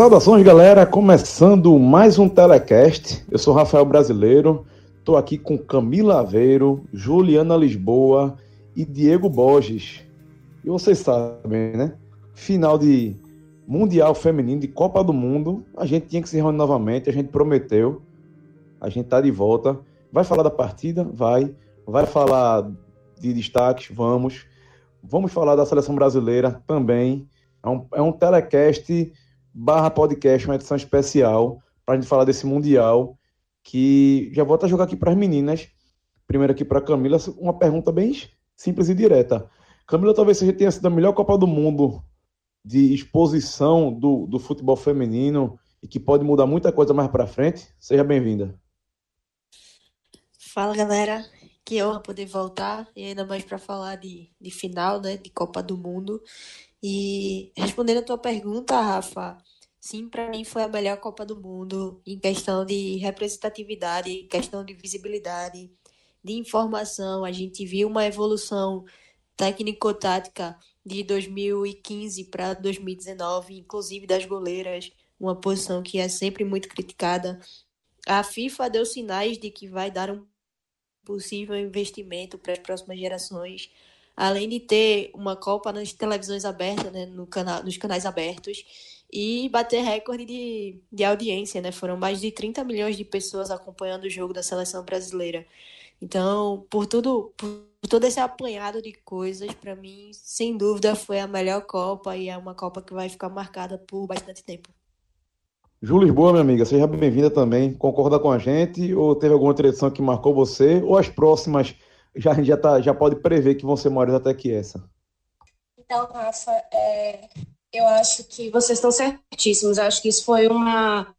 Saudações, galera, começando mais um Telecast. Eu sou Rafael Brasileiro, estou aqui com Camila Aveiro, Juliana Lisboa e Diego Borges. E vocês sabem, né? Final de Mundial Feminino, de Copa do Mundo, a gente tinha que se reunir novamente, a gente prometeu, a gente tá de volta. Vai falar da partida? Vai falar de destaques? Vamos falar da Seleção Brasileira também. É um Telecast /podcast, uma edição especial para a gente falar desse Mundial, que já vou até jogar aqui para as meninas. Primeiro aqui para a Camila, uma pergunta bem simples e direta. Camila, talvez seja tenha sido a melhor Copa do Mundo de exposição do futebol feminino e que pode mudar muita coisa mais para frente. Seja bem-vinda. Fala, galera, que honra poder voltar e ainda mais para falar de final, né, de Copa do Mundo. E respondendo a tua pergunta, Rafa, sim, para mim foi a melhor Copa do Mundo em questão de representatividade, em questão de visibilidade, de informação. A gente viu uma evolução técnico-tática de 2015 para 2019, inclusive das goleiras, uma posição que é sempre muito criticada. A FIFA deu sinais de que vai dar um possível investimento para as próximas gerações, além de ter uma Copa nas televisões abertas, né, nos canais abertos, e bater recorde de audiência, né? Foram mais de 30 milhões de pessoas acompanhando o jogo da seleção brasileira. Então, por todo esse apanhado de coisas, para mim, sem dúvida, foi a melhor Copa e é uma Copa que vai ficar marcada por bastante tempo. Ju Lisboa, minha amiga, seja bem-vinda também. Concorda com a gente? Ou teve alguma outra edição que marcou você? Ou as próximas já pode prever que vão ser maiores até que essa? Então, Rafa, eu acho que vocês estão certíssimos. Eu acho que isso foi uma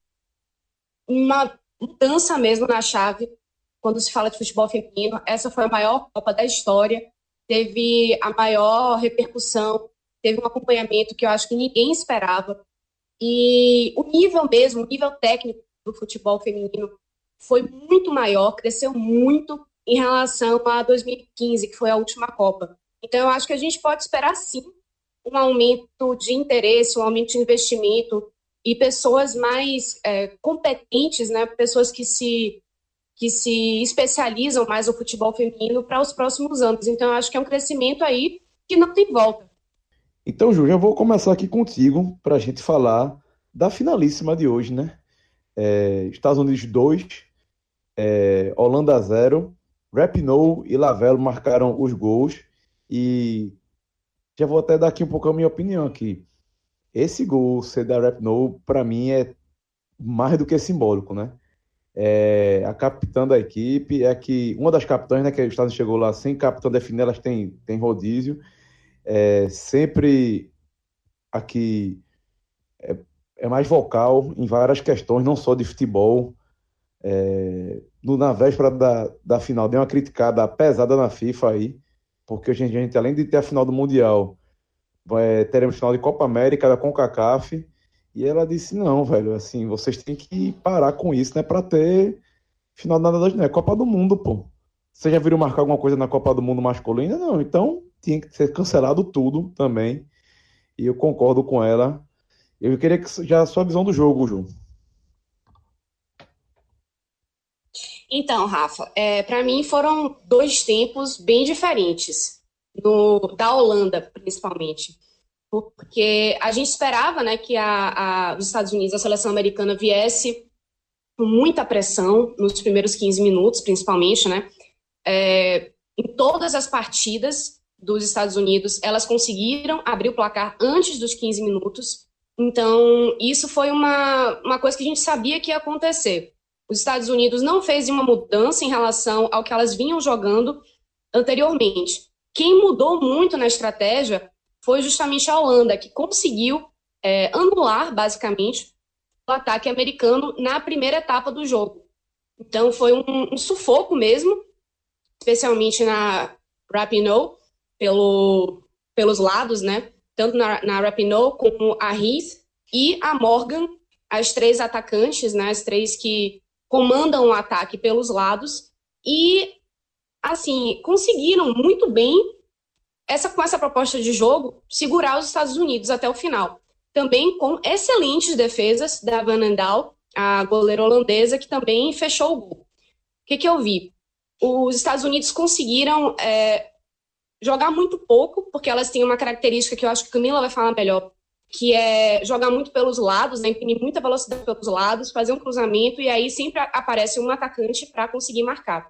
mudança mesmo na chave quando se fala de futebol feminino. Essa foi a maior Copa da história, teve a maior repercussão, teve um acompanhamento que eu acho que ninguém esperava. E o nível mesmo, o nível técnico do futebol feminino foi muito maior, cresceu muito em relação a 2015, que foi a última Copa. Então, eu acho que a gente pode esperar, sim, um aumento de interesse, um aumento de investimento e pessoas mais competentes, né? Pessoas que se especializam mais no futebol feminino para os próximos anos. Então, eu acho que é um crescimento aí que não tem volta. Então, Ju, já vou começar aqui contigo para a gente falar da finalíssima de hoje, né? Estados Unidos 2, Holanda 0, Rapinoe e Lavelle marcaram os gols e já vou até dar aqui um pouco a minha opinião aqui. Esse gol ser da Rapinoe, para mim, é mais do que simbólico, né? A capitã da equipe é que uma das capitãs, né, que os Estados Unidos chegou lá sem capitã definido, elas têm rodízio. Sempre aqui é mais vocal em várias questões, não só de futebol. Na véspera da final, deu uma criticada pesada na FIFA aí, porque hoje em dia a gente, além de ter a final do Mundial, teremos final de Copa América, da CONCACAF, e ela disse, não, velho, assim, vocês têm que parar com isso, né, pra ter final de nada das, né, Copa do Mundo, pô. Vocês já viram marcar alguma coisa na Copa do Mundo masculina? Não, então tinha que ser cancelado tudo também, e eu concordo com ela. Eu queria que já a sua visão do jogo, Ju. Então, Rafa, para mim foram dois tempos bem diferentes, da Holanda, principalmente. Porque a gente esperava, né, que os Estados Unidos, a seleção americana, viesse com muita pressão nos primeiros 15 minutos, principalmente, né? Em todas as partidas dos Estados Unidos, elas conseguiram abrir o placar antes dos 15 minutos. Então, isso foi uma coisa que a gente sabia que ia acontecer. Os Estados Unidos não fez uma mudança em relação ao que elas vinham jogando anteriormente. Quem mudou muito na estratégia foi justamente a Holanda, que conseguiu anular, basicamente, o ataque americano na primeira etapa do jogo. Então, foi um sufoco mesmo, especialmente na Rapinoe, pelos lados, né? Tanto na Rapinoe como a Heath e a Morgan, as três atacantes, né? As três que comandam o ataque pelos lados. E, assim, conseguiram muito bem, com essa proposta de jogo, segurar os Estados Unidos até o final. também com excelentes defesas da Van Endal, a goleira holandesa, que também fechou o gol. O que eu vi? Os Estados Unidos conseguiram jogar muito pouco, porque elas têm uma característica que eu acho que a Camila vai falar melhor, que é jogar muito pelos lados, né, imprimir muita velocidade pelos lados, fazer um cruzamento, e aí sempre aparece um atacante para conseguir marcar.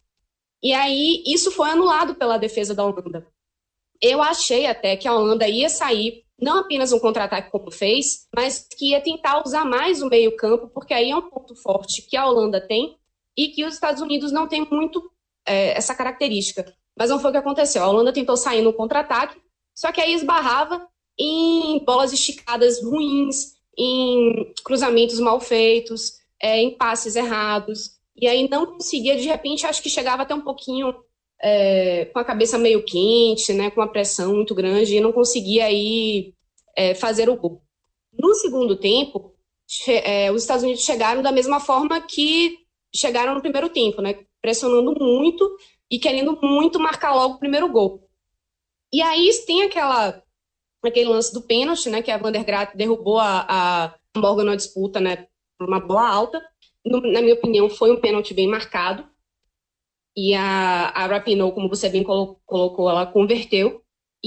E aí isso foi anulado pela defesa da Holanda. Eu achei até que a Holanda ia sair, não apenas um contra-ataque como fez, mas que ia tentar usar mais o meio-campo, porque aí é um ponto forte que a Holanda tem e que os Estados Unidos não tem muito essa característica. Mas não foi o que aconteceu. A Holanda tentou sair no contra-ataque, só que aí esbarrava em bolas esticadas ruins, em cruzamentos mal feitos, em passes errados, e aí não conseguia, de repente, acho que chegava até um pouquinho com a cabeça meio quente, né, com uma pressão muito grande, e não conseguia aí fazer o gol. No segundo tempo, os Estados Unidos chegaram da mesma forma que chegaram no primeiro tempo, né, pressionando muito e querendo muito marcar logo o primeiro gol. E aí tem aquele lance do pênalti, né, que a Van der Graat derrubou a Morgan na disputa, né, por uma bola alta. Na minha opinião, foi um pênalti bem marcado. E a Rapinoe, como você bem colocou, ela converteu.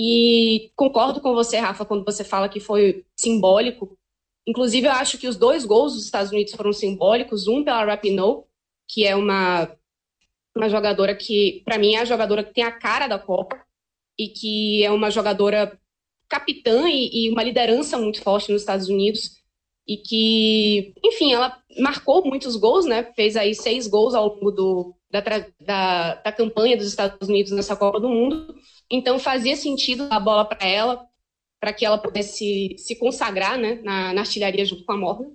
E concordo com você, Rafa, quando você fala que foi simbólico. Inclusive, eu acho que os 2 gols dos Estados Unidos foram simbólicos. Um pela Rapinoe, que é uma jogadora que, para mim, é a jogadora que tem a cara da Copa e que é uma jogadora capitã e uma liderança muito forte nos Estados Unidos e que, enfim, ela marcou muitos gols, né? Fez aí 6 gols ao longo da campanha dos Estados Unidos nessa Copa do Mundo. Então fazia sentido a bola para ela, para que ela pudesse se consagrar, né, na artilharia junto com a Morgan.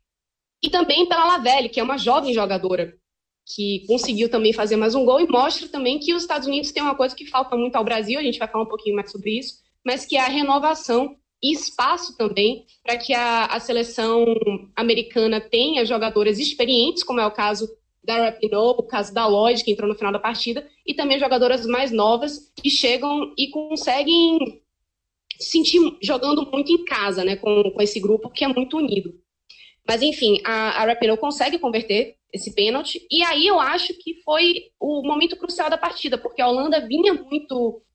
E também pela Lavelle, que é uma jovem jogadora que conseguiu também fazer mais um gol e mostra também que os Estados Unidos têm uma coisa que falta muito ao Brasil, a gente vai falar um pouquinho mais sobre isso, mas que é a renovação e espaço também para que a seleção americana tenha jogadoras experientes, como é o caso da Rapinoe, o caso da Lloyd, que entrou no final da partida, e também jogadoras mais novas que chegam e conseguem se sentir jogando muito em casa, né, com esse grupo que é muito unido. Mas, enfim, a Rapinoe consegue converter esse pênalti, e aí eu acho que foi o momento crucial da partida, porque a Holanda vinha muito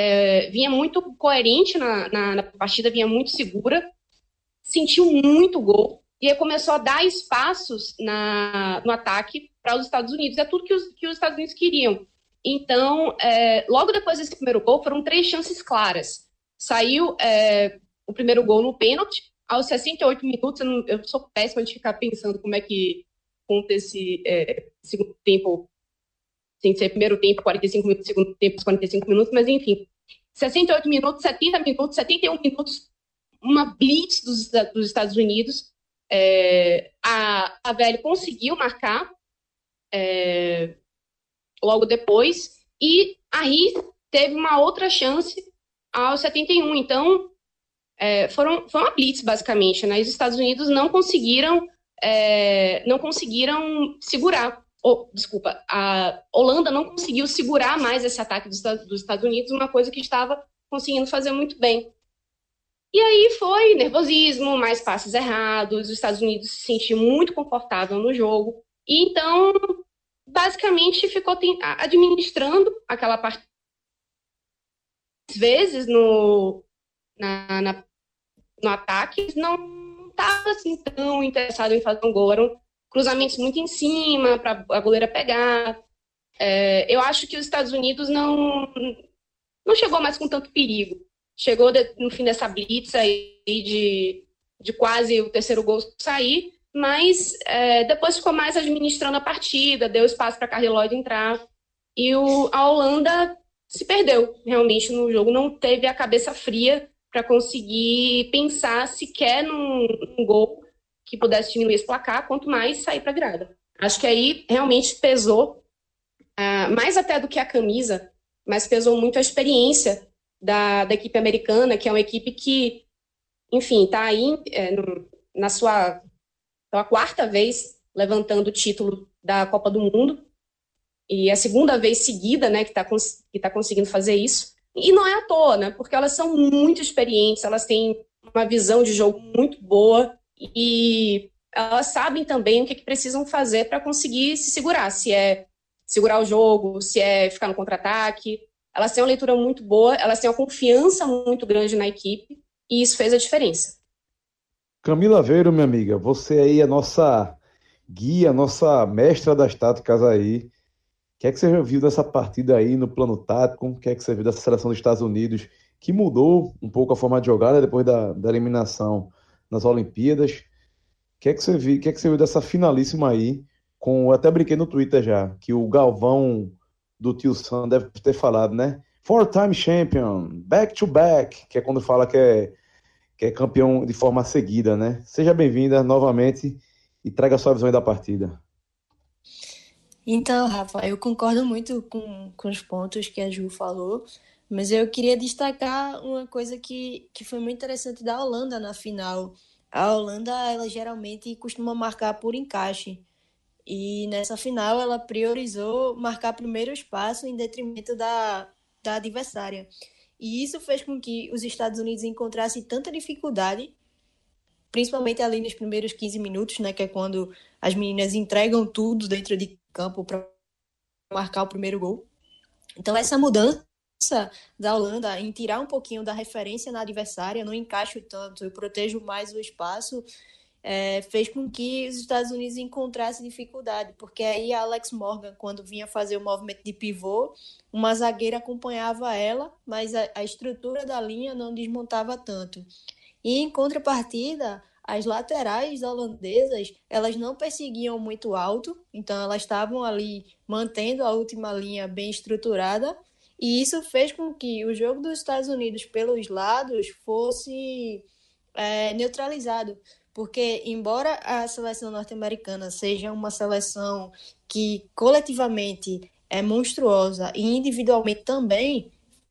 coerente na partida, vinha muito segura, sentiu muito gol, e aí começou a dar espaços no ataque para os Estados Unidos. É tudo que os Estados Unidos queriam. Então, logo depois desse primeiro gol, foram 3 chances claras. Saiu o primeiro gol no pênalti, aos 68 minutos, eu sou péssima de ficar pensando como é que conta esse segundo tempo, sem ser primeiro tempo, 45 minutos, segundo tempo, 45 minutos, mas enfim, 68 minutos, 70 minutos, 71 minutos, uma blitz dos Estados Unidos. A Velho conseguiu marcar logo depois, e aí teve uma outra chance aos 71. Então, foi uma blitz, basicamente, né? Os Estados Unidos não conseguiram segurar. Desculpa, a Holanda não conseguiu segurar mais esse ataque dos Estados Unidos, uma coisa que estava conseguindo fazer muito bem. E aí foi nervosismo, mais passes errados, os Estados Unidos se sentiu muito confortável no jogo, e então, basicamente, ficou administrando aquela partida. Às vezes, no ataque, não estava assim tão interessado em fazer um gol, eram cruzamentos muito em cima, para a goleira pegar. Eu acho que os Estados Unidos não chegou mais com tanto perigo. Chegou no fim dessa blitz aí de quase o terceiro gol sair, mas depois ficou mais administrando a partida, deu espaço para a Carli Lloyd entrar, e a Holanda se perdeu realmente no jogo, não teve a cabeça fria para conseguir pensar sequer num gol que pudesse diminuir esse placar, quanto mais sair para a virada. Acho que aí realmente pesou, mais até do que a camisa, mas pesou muito a experiência da equipe americana, que é uma equipe que, enfim, está aí na sua quarta vez levantando o título da Copa do Mundo, e é a segunda vez seguida, né, que tá conseguindo fazer isso. E não é à toa, né, porque elas são muito experientes, elas têm uma visão de jogo muito boa e elas sabem também o que precisam fazer para conseguir se segurar, se é segurar o jogo, se é ficar no contra-ataque. Elas têm uma leitura muito boa, elas têm uma confiança muito grande na equipe e isso fez a diferença. Camila Aveiro, minha amiga, você aí é nossa guia, nossa mestra das táticas aí. O que é que você já viu dessa partida aí no plano tático? O que é que você viu dessa seleção dos Estados Unidos, que mudou um pouco a forma de jogar, né, depois da eliminação nas Olimpíadas? O que é que você viu, o que é que você viu dessa finalíssima aí? Eu até brinquei no Twitter já, que o Galvão do Tio Sam deve ter falado, né? Four-time champion, back to back, que é quando fala que é campeão de forma seguida, né? Seja bem-vinda novamente e traga a sua visão aí da partida. Então, Rafa, eu concordo muito com os pontos que a Ju falou, mas eu queria destacar uma coisa que foi muito interessante da Holanda na final. A Holanda, ela geralmente costuma marcar por encaixe, e nessa final ela priorizou marcar primeiro espaço em detrimento da adversária. E isso fez com que os Estados Unidos encontrassem tanta dificuldade, principalmente ali nos primeiros 15 minutos, né, que é quando as meninas entregam tudo dentro de campo para marcar o primeiro gol. Então, essa mudança da Holanda em tirar um pouquinho da referência na adversária, não encaixo tanto, eu protejo mais o espaço, fez com que os Estados Unidos encontrassem dificuldade, porque aí a Alex Morgan, quando vinha fazer o movimento de pivô, uma zagueira acompanhava ela, mas a estrutura da linha não desmontava tanto. E em contrapartida, as laterais holandesas, elas não perseguiam muito alto, então elas estavam ali mantendo a última linha bem estruturada, e isso fez com que o jogo dos Estados Unidos pelos lados fosse neutralizado, porque embora a seleção norte-americana seja uma seleção que coletivamente é monstruosa e individualmente também,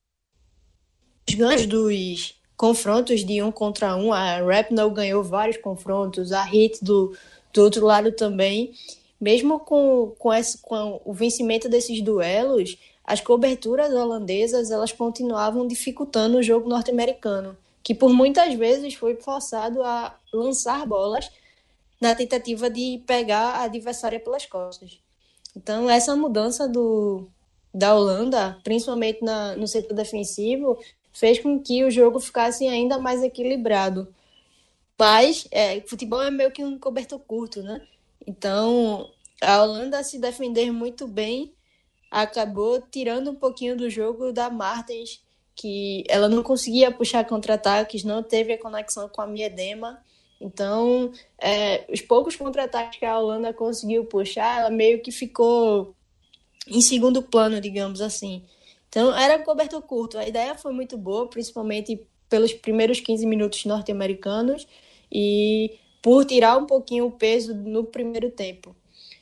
os ganhos dos confrontos de 1 contra 1, a Rapinoe ganhou vários confrontos, a Heat do outro lado também, mesmo com o vencimento desses duelos, as coberturas holandesas elas continuavam dificultando o jogo norte-americano, que por muitas vezes foi forçado a lançar bolas na tentativa de pegar a adversária pelas costas. Então, essa mudança da Holanda, principalmente no setor defensivo, fez com que o jogo ficasse ainda mais equilibrado. Mas futebol é meio que um cobertor curto, né? Então, a Holanda se defender muito bem acabou tirando um pouquinho do jogo da Martens, que ela não conseguia puxar contra-ataques, não teve a conexão com a Miedema. Então, os poucos contra-ataques que a Holanda conseguiu puxar, ela meio que ficou em segundo plano, digamos assim. Então, era um cobertor curto. A ideia foi muito boa, principalmente pelos primeiros 15 minutos norte-americanos e por tirar um pouquinho o peso no primeiro tempo.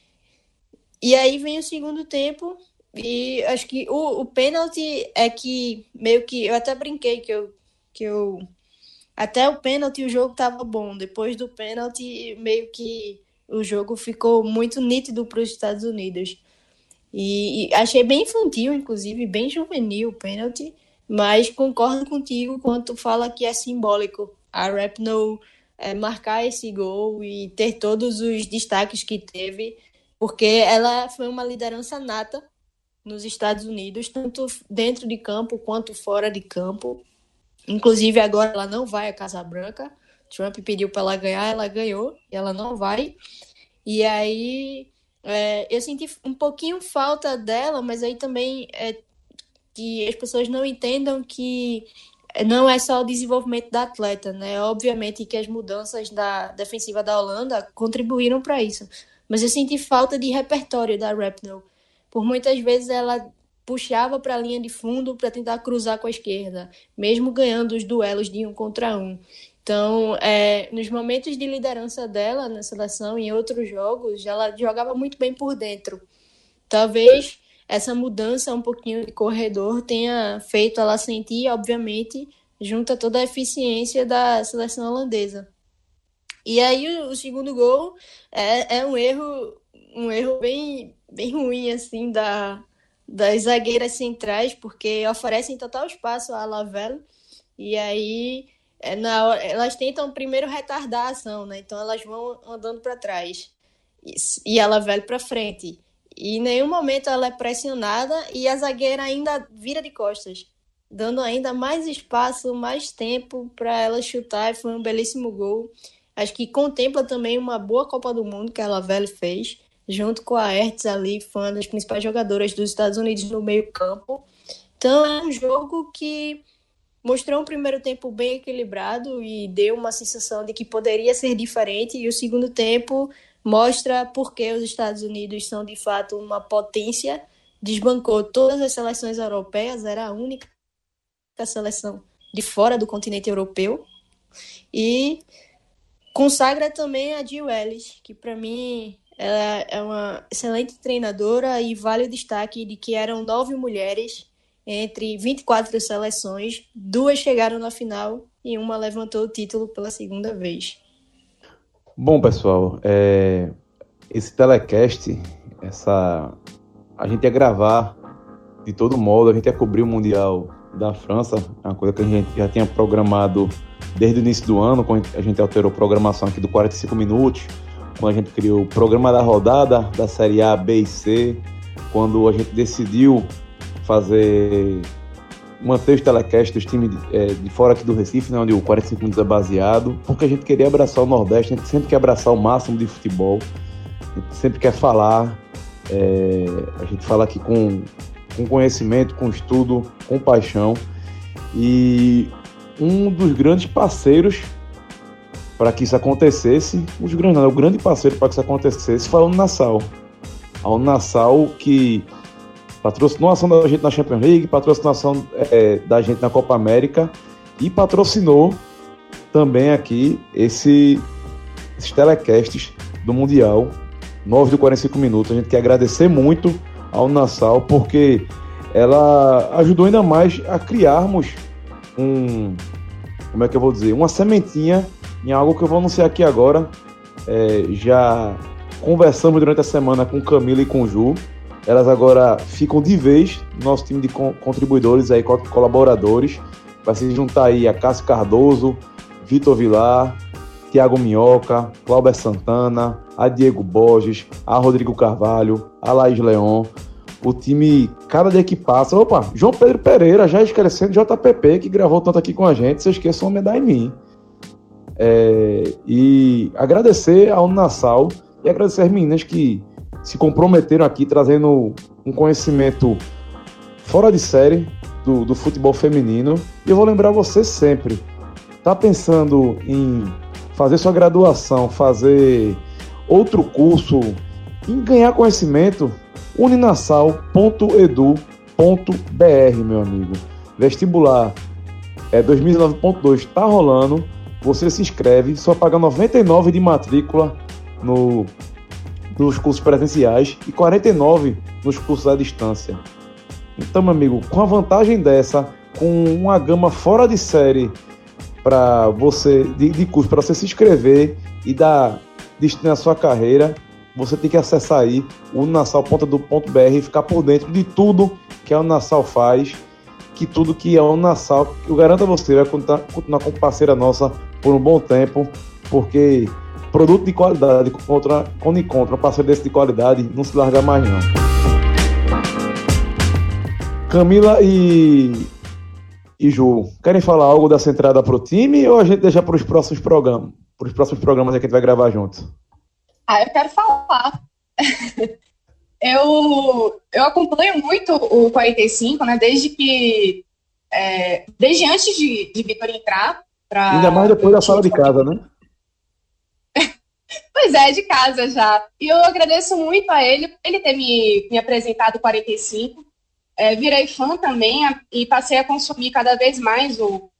E aí vem o segundo tempo e acho que o pênalti é que meio que... Eu até brinquei que eu até o pênalti o jogo estava bom. Depois do pênalti, meio que o jogo ficou muito nítido para os Estados Unidos. E achei bem infantil, inclusive, bem juvenil o pênalti, mas concordo contigo quando tu fala que é simbólico a Rapinoe marcar esse gol e ter todos os destaques que teve, porque ela foi uma liderança nata nos Estados Unidos, tanto dentro de campo quanto fora de campo. Inclusive, agora ela não vai à Casa Branca. Trump pediu para ela ganhar, ela ganhou, e ela não vai. E aí... eu senti um pouquinho falta dela, mas aí também que as pessoas não entendam que não é só o desenvolvimento da atleta, né? Obviamente que as mudanças da defensiva da Holanda contribuíram para isso, mas eu senti falta de repertório da Rapinoe. Por muitas vezes ela puxava para a linha de fundo para tentar cruzar com a esquerda, mesmo ganhando os duelos de 1 contra 1. Então, nos momentos de liderança dela na seleção e em outros jogos, ela jogava muito bem por dentro. Talvez essa mudança um pouquinho de corredor tenha feito ela sentir, obviamente, junto a toda a eficiência da seleção holandesa. E aí o segundo gol é um erro bem, bem ruim assim, das zagueiras centrais, porque oferecem total espaço à Lavelle, e aí Elas tentam primeiro retardar a ação, né? Então elas vão andando para trás e ela vai para frente. E em nenhum momento ela é pressionada e a zagueira ainda vira de costas, dando ainda mais espaço, mais tempo para ela chutar. E foi um belíssimo gol. Acho que contempla também uma boa Copa do Mundo que a Lavelle fez, junto com a Ertz ali, foi uma das principais jogadoras dos Estados Unidos no meio-campo. Então é um jogo que mostrou um primeiro tempo bem equilibrado e deu uma sensação de que poderia ser diferente, e o segundo tempo mostra por que os Estados Unidos são de fato uma potência, desbancou todas as seleções europeias, era a única seleção de fora do continente europeu, e consagra também a Jill Ellis, que para mim ela é uma excelente treinadora, e vale o destaque de que eram 9 mulheres entre 24 seleções, 2 chegaram na final e uma levantou o título pela segunda vez. Bom, pessoal, esse telecast, a gente ia gravar de todo modo, a gente ia cobrir o Mundial da França, uma coisa que a gente já tinha programado desde o início do ano, quando a gente alterou a programação aqui do 45 minutos, quando a gente criou o programa da rodada da Série A, B e C, quando a gente decidiu manter os telecasts dos times de fora aqui do Recife, né, onde o 45 minutos é baseado, porque a gente queria abraçar o Nordeste, a gente sempre quer abraçar o máximo de futebol, a gente sempre quer falar, a gente fala aqui com conhecimento, com estudo, com paixão, e um dos grandes parceiros para que isso acontecesse, o grande parceiro para que isso acontecesse foi a Unassal. A Unassal que patrocinou a ação da gente na Champions League, patrocinou a ação da gente na Copa América e patrocinou também aqui esses telecasts do Mundial, 9 do 45 minutos. A gente quer agradecer muito ao Unassal, porque ela ajudou ainda mais a criarmos uma sementinha em algo que eu vou anunciar aqui agora. Já conversamos durante a semana com Camila e com Ju. Elas agora ficam de vez no nosso time de contribuidores, aí, colaboradores. Vai se juntar aí a Cássio Cardoso, Vitor Vilar, Thiago Minhoca, Cláudio Santana, a Diego Borges, a Rodrigo Carvalho, a Laís Leon. O time, cada dia que passa... Opa, João Pedro Pereira, já esquecendo JPP, que gravou tanto aqui com a gente. Vocês esqueçam uma medalha em mim. E agradecer ao Unassal e agradecer as meninas que se comprometeram aqui, trazendo um conhecimento fora de série do futebol feminino. E eu vou lembrar você sempre, tá pensando em fazer sua graduação, fazer outro curso, em ganhar conhecimento, uninasal.edu.br, meu amigo. Vestibular 2019.2 tá rolando, você se inscreve, só paga R$ 99 de matrícula nos cursos presenciais e R$ 49 nos cursos à distância. Então, meu amigo, com a vantagem dessa, com uma gama fora de série para você, de curso para você se inscrever e dar destino à sua carreira, você tem que acessar aí o uninasal.edu.br e ficar por dentro de tudo que a Unassal faz, que tudo que a Unassal, eu garanto a você, vai continuar como parceira nossa por um bom tempo, porque produto de qualidade, quando encontra um parceiro desse de qualidade, não se larga mais não. Camila e Ju, querem falar algo dessa entrada pro time ou a gente deixa para os próximos programas? Para os próximos programas que a gente vai gravar juntos? Eu quero falar. Eu acompanho muito o 45, né? Desde antes de Vitor entrar. Ainda mais depois da sala de casa, né? Pois é, de casa já. E eu agradeço muito a ele ter me apresentado o 45. Virei fã também e passei a consumir cada vez mais o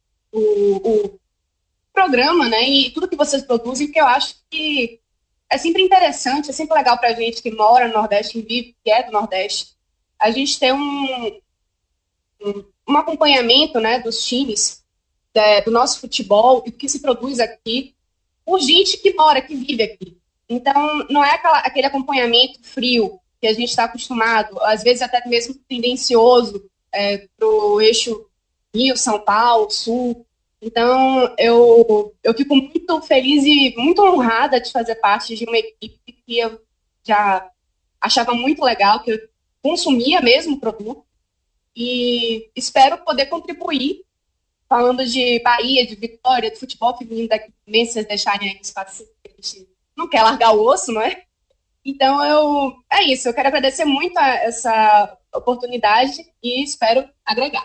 programa, né? E tudo que vocês produzem, porque eu acho que é sempre interessante, é sempre legal pra gente que mora no Nordeste, que vive, que é do Nordeste, a gente ter um acompanhamento, né, dos times, do nosso futebol e do que se produz aqui, por gente que mora, que vive aqui. Então, não é aquele acompanhamento frio que a gente está acostumado, às vezes até mesmo tendencioso, pro eixo Rio, São Paulo, Sul. Então, eu fico muito feliz e muito honrada de fazer parte de uma equipe que eu já achava muito legal, que eu consumia mesmo o produto, e espero poder contribuir, falando de Bahia, de Vitória, de futebol feminino daqui também, se vocês deixarem aí espaço, a gente não quer largar o osso, não é? Então, é isso, eu quero agradecer muito essa oportunidade e espero agregar.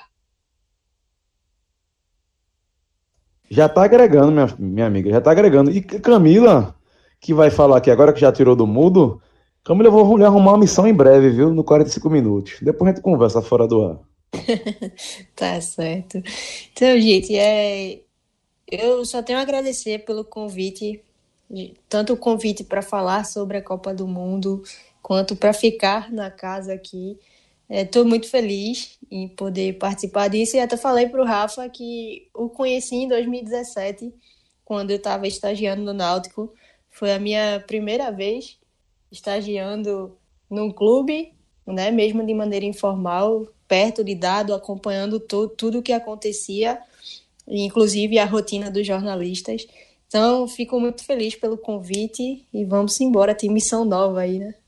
Já tá agregando, minha amiga, já tá agregando. E Camila, que vai falar aqui agora que já tirou do mudo, Camila, eu vou lhe arrumar uma missão em breve, viu? No 45 minutos. Depois a gente conversa fora do ar. Tá certo. Então, gente, eu só tenho a agradecer pelo convite, tanto o convite para falar sobre a Copa do Mundo, quanto para ficar na casa aqui. Estou muito feliz em poder participar disso e até falei para o Rafa que o conheci em 2017, quando eu estava estagiando no Náutico. Foi a minha primeira vez estagiando num clube, né, mesmo de maneira informal, perto de dado, acompanhando tudo o que acontecia, inclusive a rotina dos jornalistas. Então, fico muito feliz pelo convite e vamos embora, tem missão nova aí, né?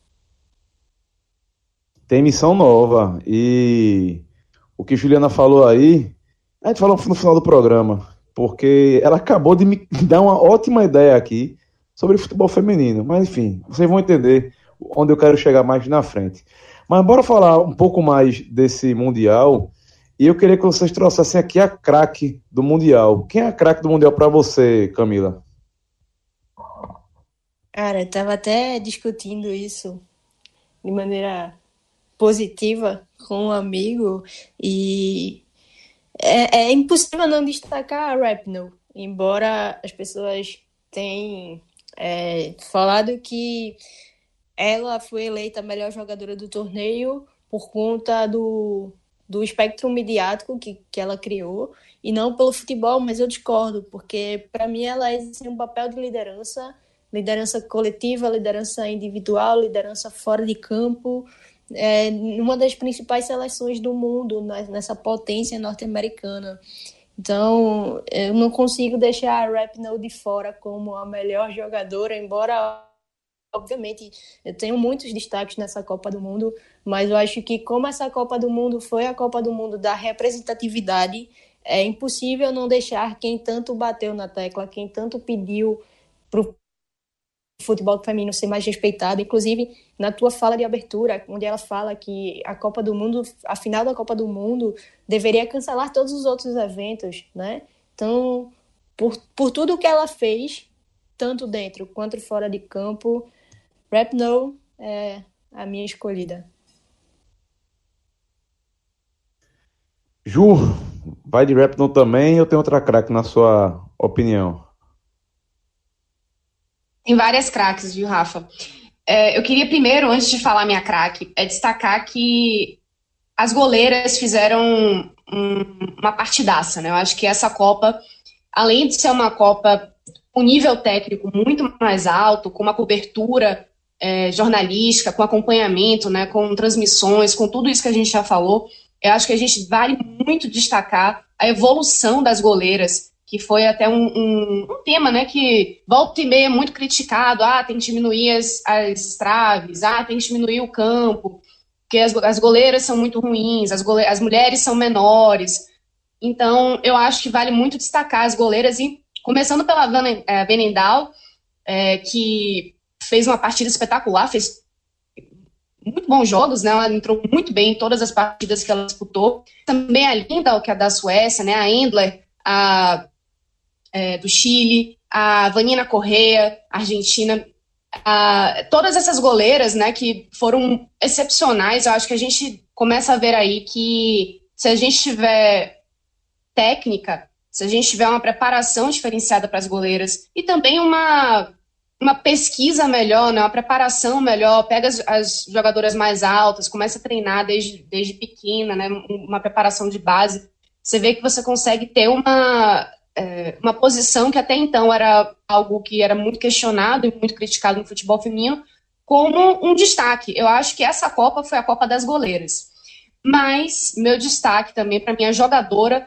Tem missão nova. E o que Juliana falou aí, a gente falou no final do programa, porque ela acabou de me dar uma ótima ideia aqui sobre futebol feminino. Mas enfim, vocês vão entender onde eu quero chegar mais na frente. Mas bora falar um pouco mais desse Mundial. E eu queria que vocês trouxessem aqui a craque do Mundial. Quem é a craque do Mundial para você, Camila? Cara, eu tava até discutindo isso de maneira positiva com um amigo e é impossível não destacar a Rapinoe, embora as pessoas tenham falado que ela foi eleita a melhor jogadora do torneio por conta do espectro midiático que ela criou, e não pelo futebol, mas eu discordo, porque para mim ela exerce um papel de liderança coletiva, liderança individual, liderança fora de campo, uma das principais seleções do mundo, nessa potência norte-americana. Então, eu não consigo deixar a Rapinoe de fora como a melhor jogadora, embora, obviamente, eu tenho muitos destaques nessa Copa do Mundo, mas eu acho que como essa Copa do Mundo foi a Copa do Mundo da representatividade, é impossível não deixar quem tanto bateu na tecla, quem tanto pediu para o futebol feminino ser mais respeitado, inclusive na tua fala de abertura, onde ela fala que a Copa do Mundo, a final da Copa do Mundo, deveria cancelar todos os outros eventos, né? Então, por tudo que ela fez, tanto dentro quanto fora de campo, Rapinoe é a minha escolhida. Ju, vai de Rapinoe também, eu tenho outra craque na sua opinião. Tem várias craques, viu, Rafa? Eu queria primeiro, antes de falar minha craque, destacar que as goleiras fizeram uma partidaça, né? Eu acho que essa Copa, além de ser uma Copa com nível técnico muito mais alto, com uma cobertura jornalística, com acompanhamento, né, com transmissões, com tudo isso que a gente já falou, eu acho que a gente vale muito destacar a evolução das goleiras, que foi até um tema, né, que volta e meia é muito criticado, tem que diminuir as traves, tem que diminuir o campo, porque as goleiras são muito ruins, as mulheres são menores. Então, eu acho que vale muito destacar as goleiras, e começando pela Venendal, que fez uma partida espetacular, fez muito bons jogos, né? Ela entrou muito bem em todas as partidas que ela disputou. Também a Linda, que é da Suécia, né? A Endler, do Chile, a Vanina Correa, Argentina, todas essas goleiras, né, que foram excepcionais. Eu acho que a gente começa a ver aí que se a gente tiver técnica, se a gente tiver uma preparação diferenciada para as goleiras e também uma pesquisa melhor, né, uma preparação melhor, pega as jogadoras mais altas, começa a treinar desde pequena, né, uma preparação de base, você vê que você consegue ter uma posição que até então era algo que era muito questionado e muito criticado no futebol feminino, como um destaque. Eu acho que essa Copa foi a Copa das goleiras. Mas meu destaque também para minha jogadora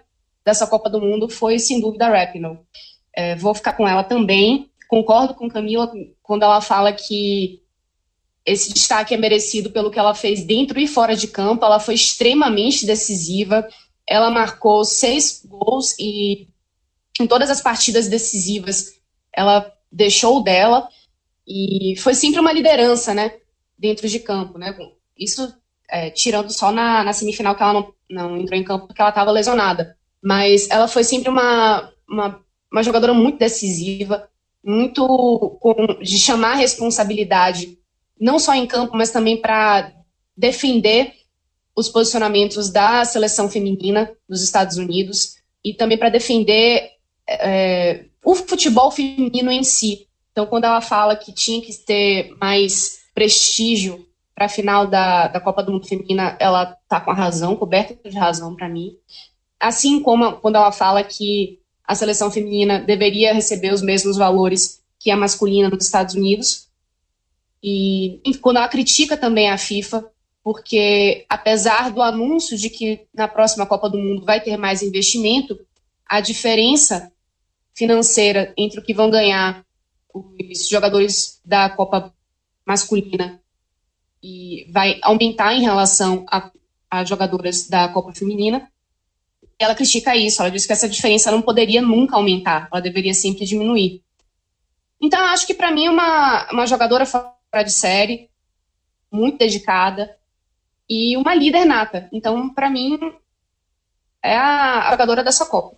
dessa Copa do Mundo foi, sem dúvida, a Rapinoe. Vou ficar com ela também. Concordo com Camila quando ela fala que esse destaque é merecido pelo que ela fez dentro e fora de campo. Ela foi extremamente decisiva. Ela marcou 6 gols e em todas as partidas decisivas ela deixou o dela e foi sempre uma liderança, né, dentro de campo, né? Isso tirando só na semifinal que ela não entrou em campo porque ela estava lesionada. Mas ela foi sempre uma jogadora muito decisiva, muito de chamar a responsabilidade, não só em campo, mas também para defender os posicionamentos da seleção feminina dos Estados Unidos e também para defender o futebol feminino em si. Então, quando ela fala que tinha que ter mais prestígio para a final da Copa do Mundo Feminina, ela está com a razão, coberta de razão para mim. Assim como quando ela fala que a seleção feminina deveria receber os mesmos valores que a masculina nos Estados Unidos. E quando ela critica também a FIFA, porque apesar do anúncio de que na próxima Copa do Mundo vai ter mais investimento, a diferença financeira entre o que vão ganhar os jogadores da Copa masculina e vai aumentar em relação a jogadoras da Copa feminina. Ela critica isso, ela diz que essa diferença não poderia nunca aumentar, ela deveria sempre diminuir. Então, eu acho que para mim é uma jogadora fora de série, muito dedicada e uma líder nata. Então, para mim, é a jogadora dessa Copa.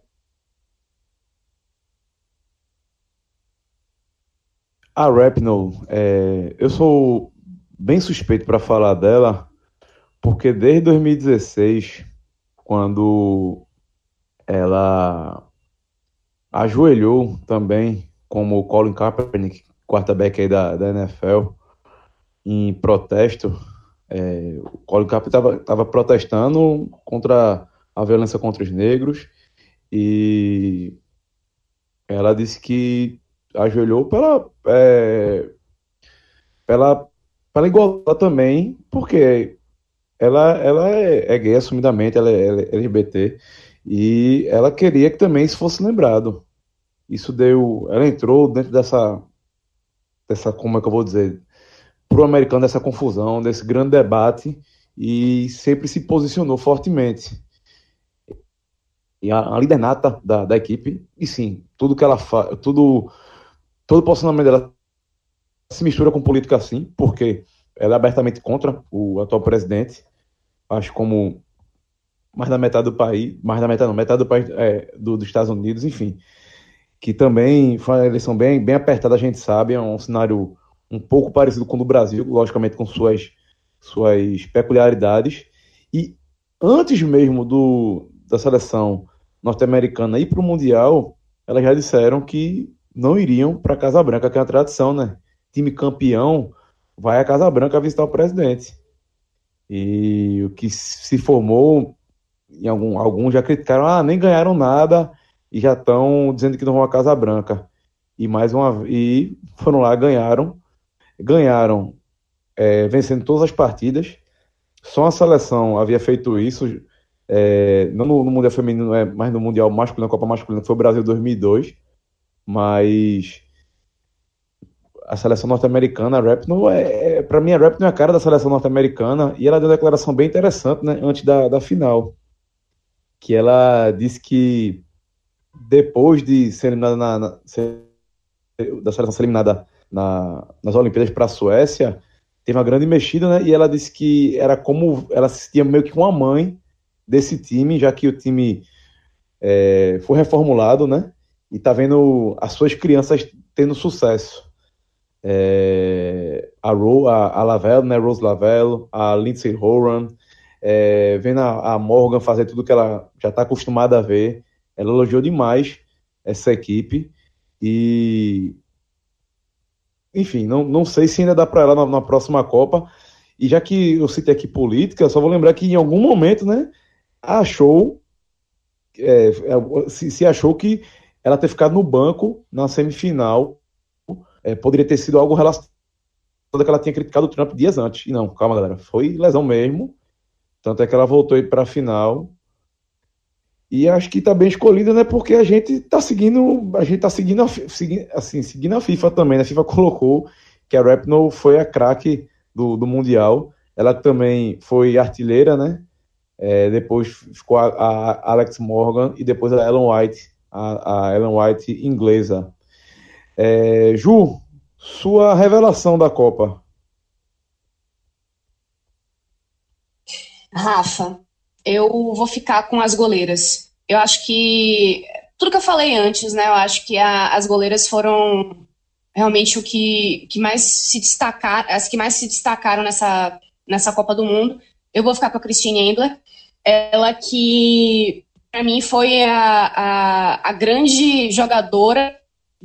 A Rapinoe, eu sou bem suspeito para falar dela, porque desde 2016, quando ela ajoelhou também, como o Colin Kaepernick, quarterback aí da NFL, em protesto, o Colin Kaepernick estava protestando contra a violência contra os negros e ela disse que ajoelhou pela igualdade também, porque ela é gay assumidamente, ela é LGBT, e ela queria que também isso fosse lembrado. Ela entrou dentro dessa, como é que eu vou dizer, pro americano, dessa confusão, desse grande debate, e sempre se posicionou fortemente. E a líder nata da equipe, e sim, tudo que ela faz, todo o posicionamento dela se mistura com política assim, porque ela é abertamente contra o atual presidente, acho como mais da metade do país, mais da metade não, metade do país dos Estados Unidos, enfim, que também foi uma eleição bem apertada, a gente sabe, é um cenário um pouco parecido com o do Brasil, logicamente com suas peculiaridades, e antes mesmo da seleção norte-americana ir para o Mundial, elas já disseram que não iriam para a Casa Branca, que é uma tradição, né? Time campeão vai à Casa Branca visitar o presidente. E o que se formou, alguns já criticaram, nem ganharam nada e já estão dizendo que não vão à Casa Branca. E foram lá, ganharam vencendo todas as partidas. Só a seleção havia feito isso, não no Mundial Feminino, mas no Mundial Masculino, na Copa Masculina, que foi o Brasil 2002, mas a seleção norte-americana, a Rapinoe, para mim a Rapinoe é a cara da seleção norte-americana, e ela deu uma declaração bem interessante, né, antes da final, que ela disse que depois de ser eliminada da seleção ser eliminada nas Olimpíadas para a Suécia, teve uma grande mexida, né, e ela disse que era como ela se sentia meio que uma mãe desse time, já que o time foi reformulado, né, e tá vendo as suas crianças tendo sucesso. A Lavelle, né, Rose Lavelle, a Lindsay Horan, vendo a Morgan fazer tudo que ela já está acostumada a ver. Ela elogiou demais essa equipe e, enfim, não sei se ainda dá para ela na próxima Copa. E já que eu citei aqui política, só vou lembrar que em algum momento, né, se achou que ela ter ficado no banco na semifinal poderia ter sido algo relacionado que ela tinha criticado o Trump dias antes. E não, calma, galera, foi lesão mesmo. Tanto é que ela voltou para a final. E acho que tá bem escolhida, né? Porque seguindo a FIFA também, né? A FIFA colocou que a Rapinoe foi a craque do Mundial. Ela também foi artilheira, né? Depois ficou a Alex Morgan e depois a Ellen White, a Ellen White inglesa. Ju, sua revelação da Copa. Rafa, eu vou ficar com as goleiras. Eu acho que tudo que eu falei antes, né? Eu acho que as goleiras foram realmente que mais se destacaram, as que mais se destacaram nessa Copa do Mundo. Eu vou ficar com a Christine Endler, ela que para mim foi a grande jogadora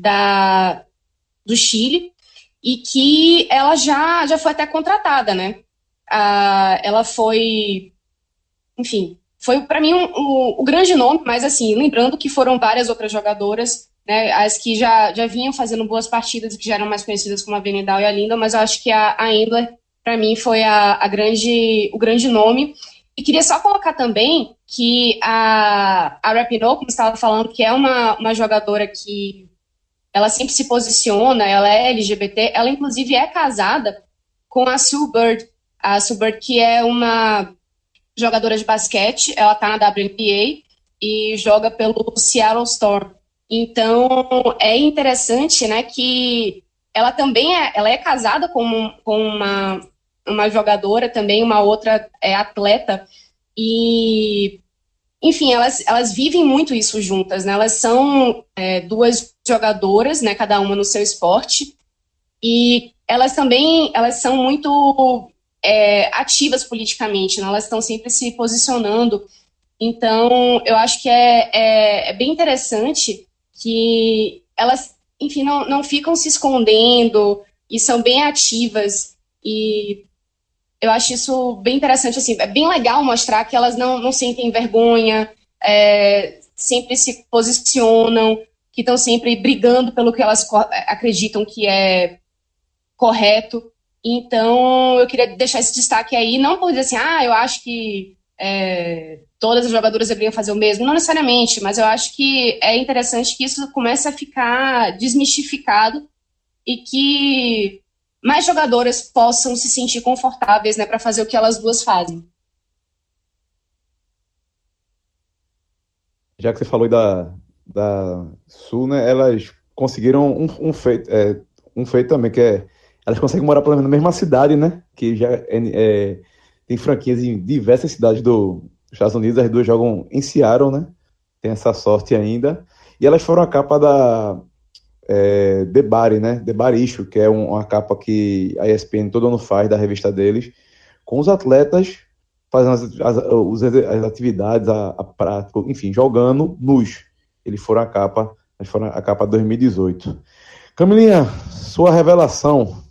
do Chile e que ela já foi até contratada, né? Ela foi, enfim, foi para mim o grande nome, mas assim, lembrando que foram várias outras jogadoras, né, as que já vinham fazendo boas partidas, que já eram mais conhecidas como a Venedal e a Linda, mas eu acho que a Endler, para mim, foi o grande nome. E queria só colocar também que a Rapinoe, como você estava falando, que é uma jogadora que ela sempre se posiciona, ela é LGBT, ela inclusive é casada com a Sue Bird. A Sue Bird, que é uma jogadora de basquete, ela tá na WNBA e joga pelo Seattle Storm. Então, é interessante, né, que ela também ela é casada com uma jogadora também, uma outra atleta, e, enfim, elas vivem muito isso juntas, né, elas são duas jogadoras, né, cada uma no seu esporte, e elas são muito ativas politicamente, né, elas estão sempre se posicionando. Então, eu acho que é bem interessante que elas, enfim, não ficam se escondendo e são bem ativas. E eu acho isso bem interessante, assim, é bem legal mostrar que elas não sentem vergonha, sempre se posicionam, que estão sempre brigando pelo que elas acreditam que é correto. Então, eu queria deixar esse destaque aí, não por dizer assim, eu acho que todas as jogadoras deveriam fazer o mesmo, não necessariamente, mas eu acho que é interessante que isso comece a ficar desmistificado e que mais jogadoras possam se sentir confortáveis, né, para fazer o que elas duas fazem. Já que você falou da Sul, né? Elas conseguiram um feito também, que elas conseguem morar pelo menos na mesma cidade, né? Que já tem franquias em diversas cidades dos Estados Unidos, as duas jogam em Seattle, né? Tem essa sorte ainda. E elas foram a capa da The Body, né? The Body Issue, que é uma capa que a ESPN todo ano faz da revista deles, com os atletas fazendo as atividades, a prática, enfim, jogando nus. Eles foram a capa 2018. Camilinha, sua revelação.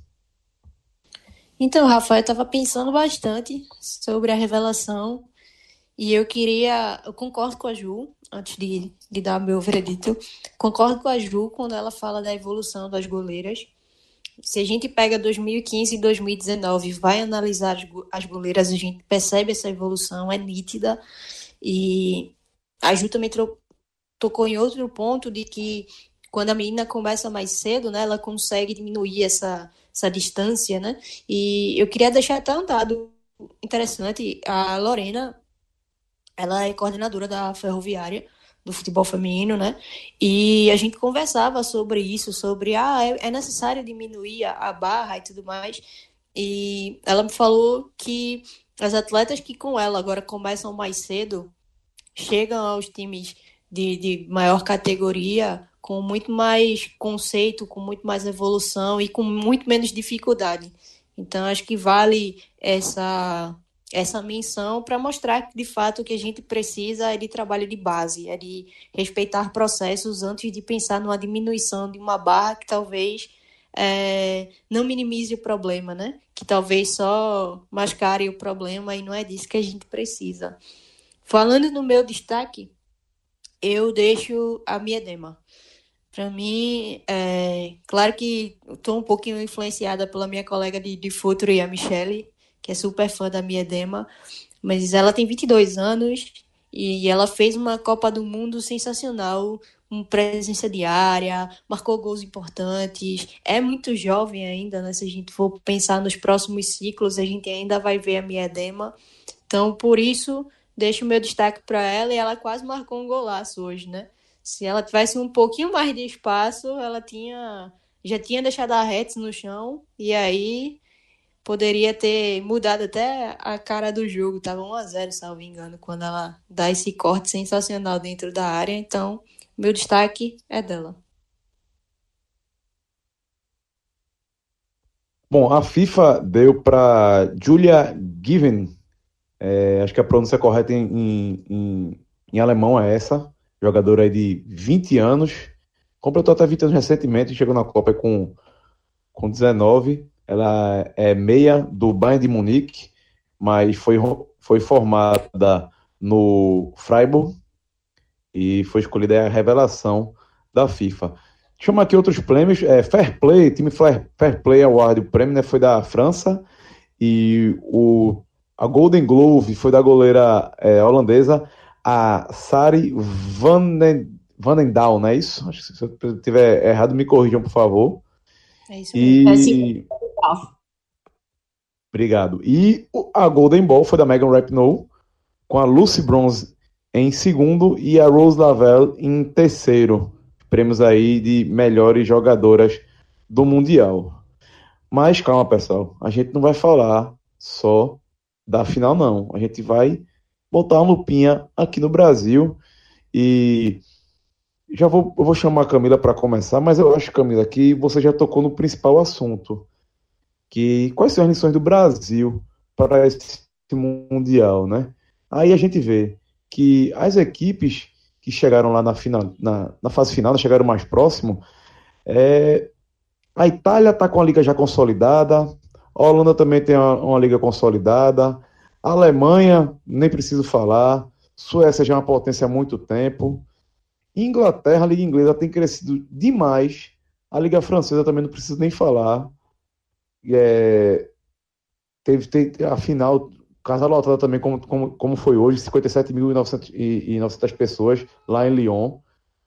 Então, Rafael, eu estava pensando bastante sobre a revelação e eu concordo com a Ju, antes de dar meu veredito, concordo com a Ju quando ela fala da evolução das goleiras. Se a gente pega 2015 e 2019 e vai analisar as goleiras, a gente percebe essa evolução, é nítida. E a Ju também tocou em outro ponto de que quando a menina começa mais cedo, né, ela consegue diminuir essa distância, né? E eu queria deixar até um dado interessante. A Lorena, ela é coordenadora da Ferroviária, do futebol feminino, né? E a gente conversava sobre isso, sobre é necessário diminuir a barra e tudo mais. E ela me falou que as atletas que com ela agora começam mais cedo chegam aos times de maior categoria com muito mais conceito, com muito mais evolução e com muito menos dificuldade. Então, acho que vale essa menção para mostrar que, de fato, o que a gente precisa é de trabalho de base, é de respeitar processos antes de pensar numa diminuição de uma barra que talvez não minimize o problema, né? Que talvez só mascare o problema e não é disso que a gente precisa. Falando no meu destaque, eu deixo a Miedema. Para mim, claro que estou um pouquinho influenciada pela minha colega de futuro, a Michelle, que é super fã da Miedema, mas ela tem 22 anos E ela fez uma Copa do Mundo sensacional, com presença diária, marcou gols importantes. É muito jovem ainda, né? Se a gente for pensar nos próximos ciclos, a gente ainda vai ver a Miedema. Então, por isso, deixo o meu destaque para ela e ela quase marcou um golaço hoje, né? Se ela tivesse um pouquinho mais de espaço, ela já tinha deixado a Retz no chão e aí poderia ter mudado até a cara do jogo. Tava 1-0, salvo engano, quando ela dá esse corte sensacional dentro da área. Então, meu destaque é dela. Bom, a FIFA deu para Julia Given, acho que a pronúncia correta em alemão é essa, jogadora aí de 20 anos, completou até 20 anos recentemente, chegou na Copa com 19. Ela é meia do Bayern de Munique, mas foi formada no Freiburg e foi escolhida a revelação da FIFA. Chama aqui outros prêmios, Fair Play, time Fair Play Award, o prêmio, né, foi da França, e a Golden Glove foi da goleira holandesa, a Sari Vanendal, não é isso? Acho que se eu estiver errado, me corrijam, por favor. É isso mesmo. E... Obrigado. E a Golden Ball foi da Megan Rapinoe, com a Lucy Bronze em segundo e a Rose Lavelle em terceiro. Prêmios aí de melhores jogadoras do Mundial. Mas calma, pessoal, a gente não vai falar só da final, não. A gente vai botar uma lupinha aqui no Brasil e eu vou chamar a Camila para começar, mas eu acho, Camila, que você já tocou no principal assunto, que quais são as lições do Brasil para esse Mundial, né? Aí a gente vê que as equipes que chegaram lá na fase final, né, chegaram mais próximo, a Itália está com a liga já consolidada, a Holanda também tem uma liga consolidada, a Alemanha, nem preciso falar, Suécia já é uma potência há muito tempo, Inglaterra, a liga inglesa tem crescido demais, a liga francesa também não preciso nem falar, teve a final casa lotada também, como foi hoje, 57.900 pessoas lá em Lyon.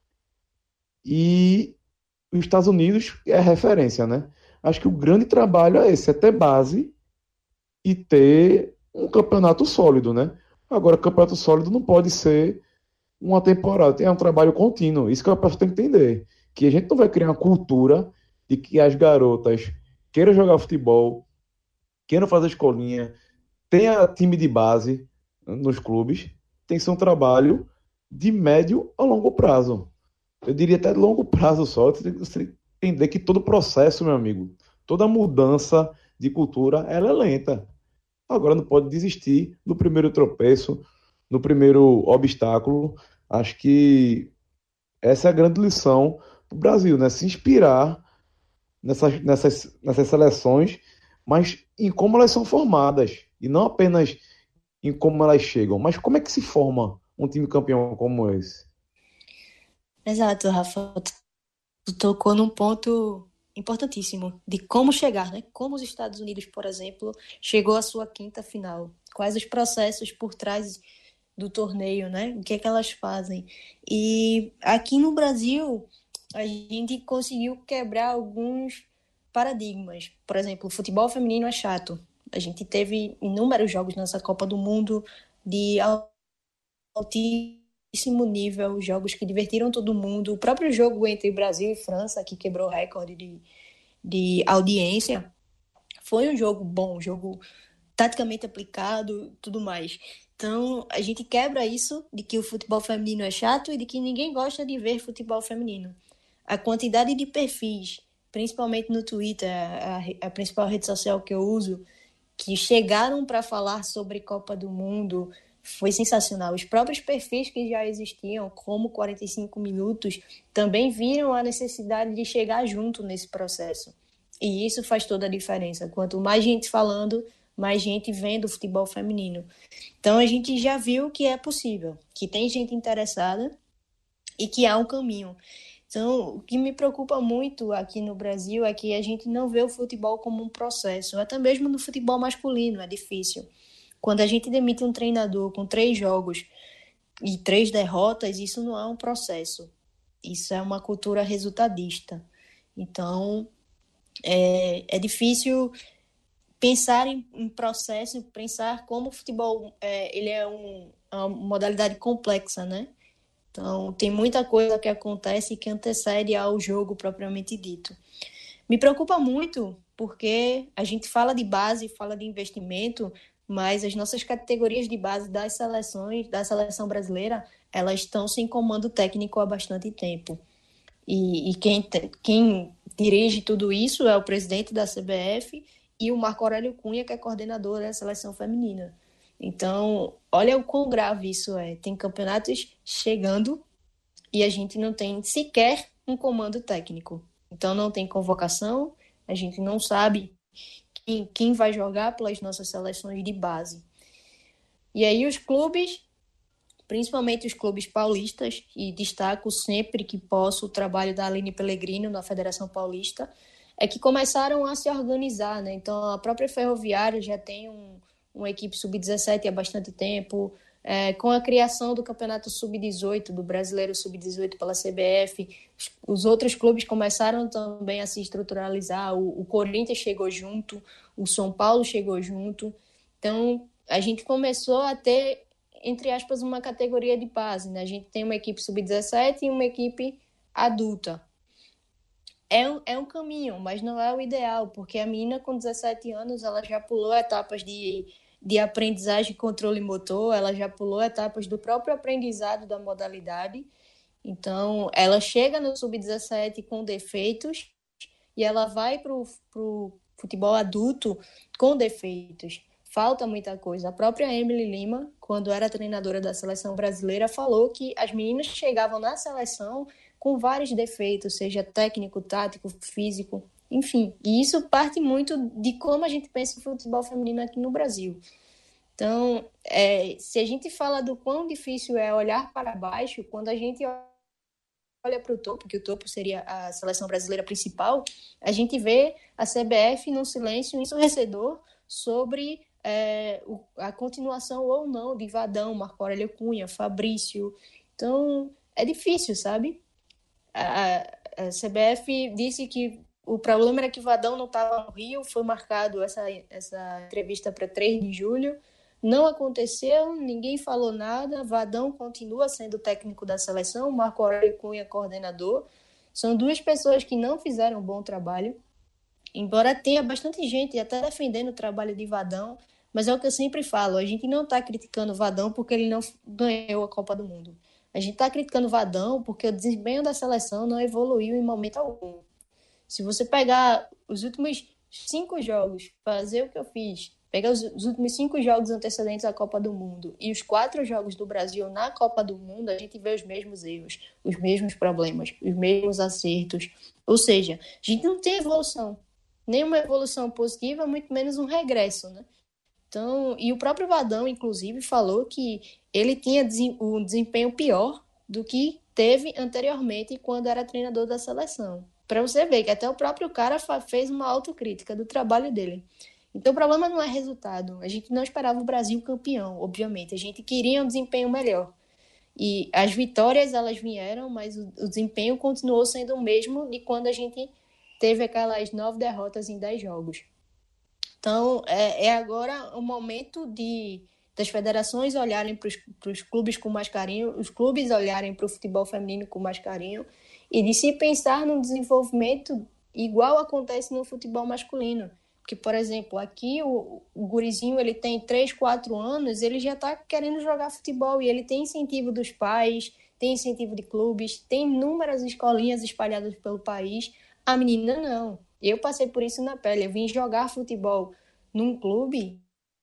E os Estados Unidos é referência, né? Acho que o grande trabalho é esse, é ter base e ter um campeonato sólido, né? Agora, campeonato sólido não pode ser uma temporada, é um trabalho contínuo. Isso que a pessoa tem que entender. Que a gente não vai criar uma cultura de que as garotas queiram jogar futebol, queiram fazer escolinha, tenha time de base nos clubes, tem que ser um trabalho de médio a longo prazo. Eu diria até de longo prazo só. Você tem que entender que todo processo, meu amigo, toda mudança de cultura, ela é lenta. Agora não pode desistir no primeiro tropeço, no primeiro obstáculo. Acho que essa é a grande lição do Brasil, né? Se inspirar nessas seleções, mas em como elas são formadas. E não apenas em como elas chegam, mas como é que se forma um time campeão como esse? Exato, Rafa. Tu tocou num ponto importantíssimo de como chegar, né? Como os Estados Unidos, por exemplo, chegou à sua quinta final. Quais os processos por trás do torneio, né? O que é que elas fazem? E aqui no Brasil, a gente conseguiu quebrar alguns paradigmas. Por exemplo, o futebol feminino é chato. A gente teve inúmeros jogos nessa Copa do Mundo de altíssimo nível, jogos que divertiram todo mundo. O próprio jogo entre Brasil e França, que quebrou o recorde de audiência, foi um jogo bom, um jogo taticamente aplicado, tudo mais. Então, a gente quebra isso de que o futebol feminino é chato e de que ninguém gosta de ver futebol feminino. A quantidade de perfis, principalmente no Twitter, a principal rede social que eu uso, que chegaram para falar sobre Copa do Mundo, foi sensacional. Os próprios perfis que já existiam, como 45 Minutos, também viram a necessidade de chegar junto nesse processo. E isso faz toda a diferença. Quanto mais gente falando, mais gente vendo o futebol feminino. Então a gente já viu que é possível, que tem gente interessada e que há um caminho. Então, o que me preocupa muito aqui no Brasil é que a gente não vê o futebol como um processo. Até mesmo no futebol masculino é difícil. Quando a gente demite um treinador com 3 jogos, e 3 derrotas, isso não é um processo. Isso é uma cultura resultadista. Então, é difícil pensar em processo, pensar como o futebol ele é uma modalidade complexa, né? Então, tem muita coisa que acontece que antecede ao jogo propriamente dito. Me preocupa muito, porque a gente fala de base, fala de investimento, mas as nossas categorias de base das seleções, da seleção brasileira, elas estão sem comando técnico há bastante tempo. E quem dirige tudo isso é o presidente da CBF e o Marco Aurélio Cunha, que é coordenador da seleção feminina. Então, olha o quão grave isso é. Tem campeonatos chegando e a gente não tem sequer um comando técnico. Então, não tem convocação, a gente não sabe quem vai jogar pelas nossas seleções de base. E aí os clubes, principalmente os clubes paulistas, e destaco sempre que posso o trabalho da Aline Pellegrino na Federação Paulista, é que começaram a se organizar, né? Então, a própria Ferroviária já tem uma equipe sub-17 há bastante tempo, com a criação do Campeonato Sub-18, do Brasileiro Sub-18 pela CBF, os outros clubes começaram também a se estruturalizar, o Corinthians chegou junto, o São Paulo chegou junto, então a gente começou a ter, entre aspas, uma categoria de base, né? A gente tem uma equipe Sub-17 e uma equipe adulta. É um caminho, mas não é o ideal, porque a menina com 17 anos ela já pulou etapas de aprendizagem e controle motor, ela já pulou etapas do próprio aprendizado da modalidade. Então, ela chega no sub-17 com defeitos e ela vai para o futebol adulto com defeitos. Falta muita coisa. A própria Emily Lima, quando era treinadora da seleção brasileira, falou que as meninas chegavam na seleção com vários defeitos, seja técnico, tático, físico, enfim. E isso parte muito de como a gente pensa o futebol feminino aqui no Brasil. Então, se a gente fala do quão difícil é olhar para baixo, quando a gente olha para o topo, que o topo seria a seleção brasileira principal, a gente vê a CBF num silêncio ensurdecedor sobre a continuação ou não de Vadão, Marco Aurélio Cunha, Fabrício. Então, é difícil, sabe? A CBF disse que o problema era que Vadão não estava no Rio, foi marcado essa entrevista para 3 de julho, não aconteceu, ninguém falou nada, Vadão continua sendo técnico da seleção, Marco Aurélio Cunha coordenador. São 2 pessoas que não fizeram um bom trabalho, embora tenha bastante gente até defendendo o trabalho de Vadão, mas é o que eu sempre falo, a gente não está criticando Vadão porque ele não ganhou a Copa do Mundo. A gente está criticando Vadão porque o desempenho da seleção não evoluiu em momento algum. Se você pegar os últimos 5 jogos, fazer o que eu fiz, pegar os últimos 5 jogos antecedentes à Copa do Mundo e os 4 jogos do Brasil na Copa do Mundo, a gente vê os mesmos erros, os mesmos problemas, os mesmos acertos. Ou seja, a gente não tem evolução. Nenhuma evolução positiva, muito menos um regresso, né? Então, e o próprio Vadão, inclusive, falou que ele tinha um desempenho pior do que teve anteriormente quando era treinador da seleção. Para você ver que até o próprio cara fez uma autocrítica do trabalho dele. Então, o problema não é resultado. A gente não esperava o Brasil campeão, obviamente. A gente queria um desempenho melhor. E as vitórias, elas vieram, mas o desempenho continuou sendo o mesmo de quando a gente teve aquelas 9 derrotas em 10 jogos. Então, agora o momento das federações olharem para os clubes com mais carinho, os clubes olharem para o futebol feminino com mais carinho e de se pensar num desenvolvimento igual acontece no futebol masculino. Porque, por exemplo, aqui o gurizinho ele tem 3, 4 anos, ele já está querendo jogar futebol e ele tem incentivo dos pais, tem incentivo de clubes, tem inúmeras escolinhas espalhadas pelo país. A menina não. Eu passei por isso na pele. Eu vim jogar futebol num clube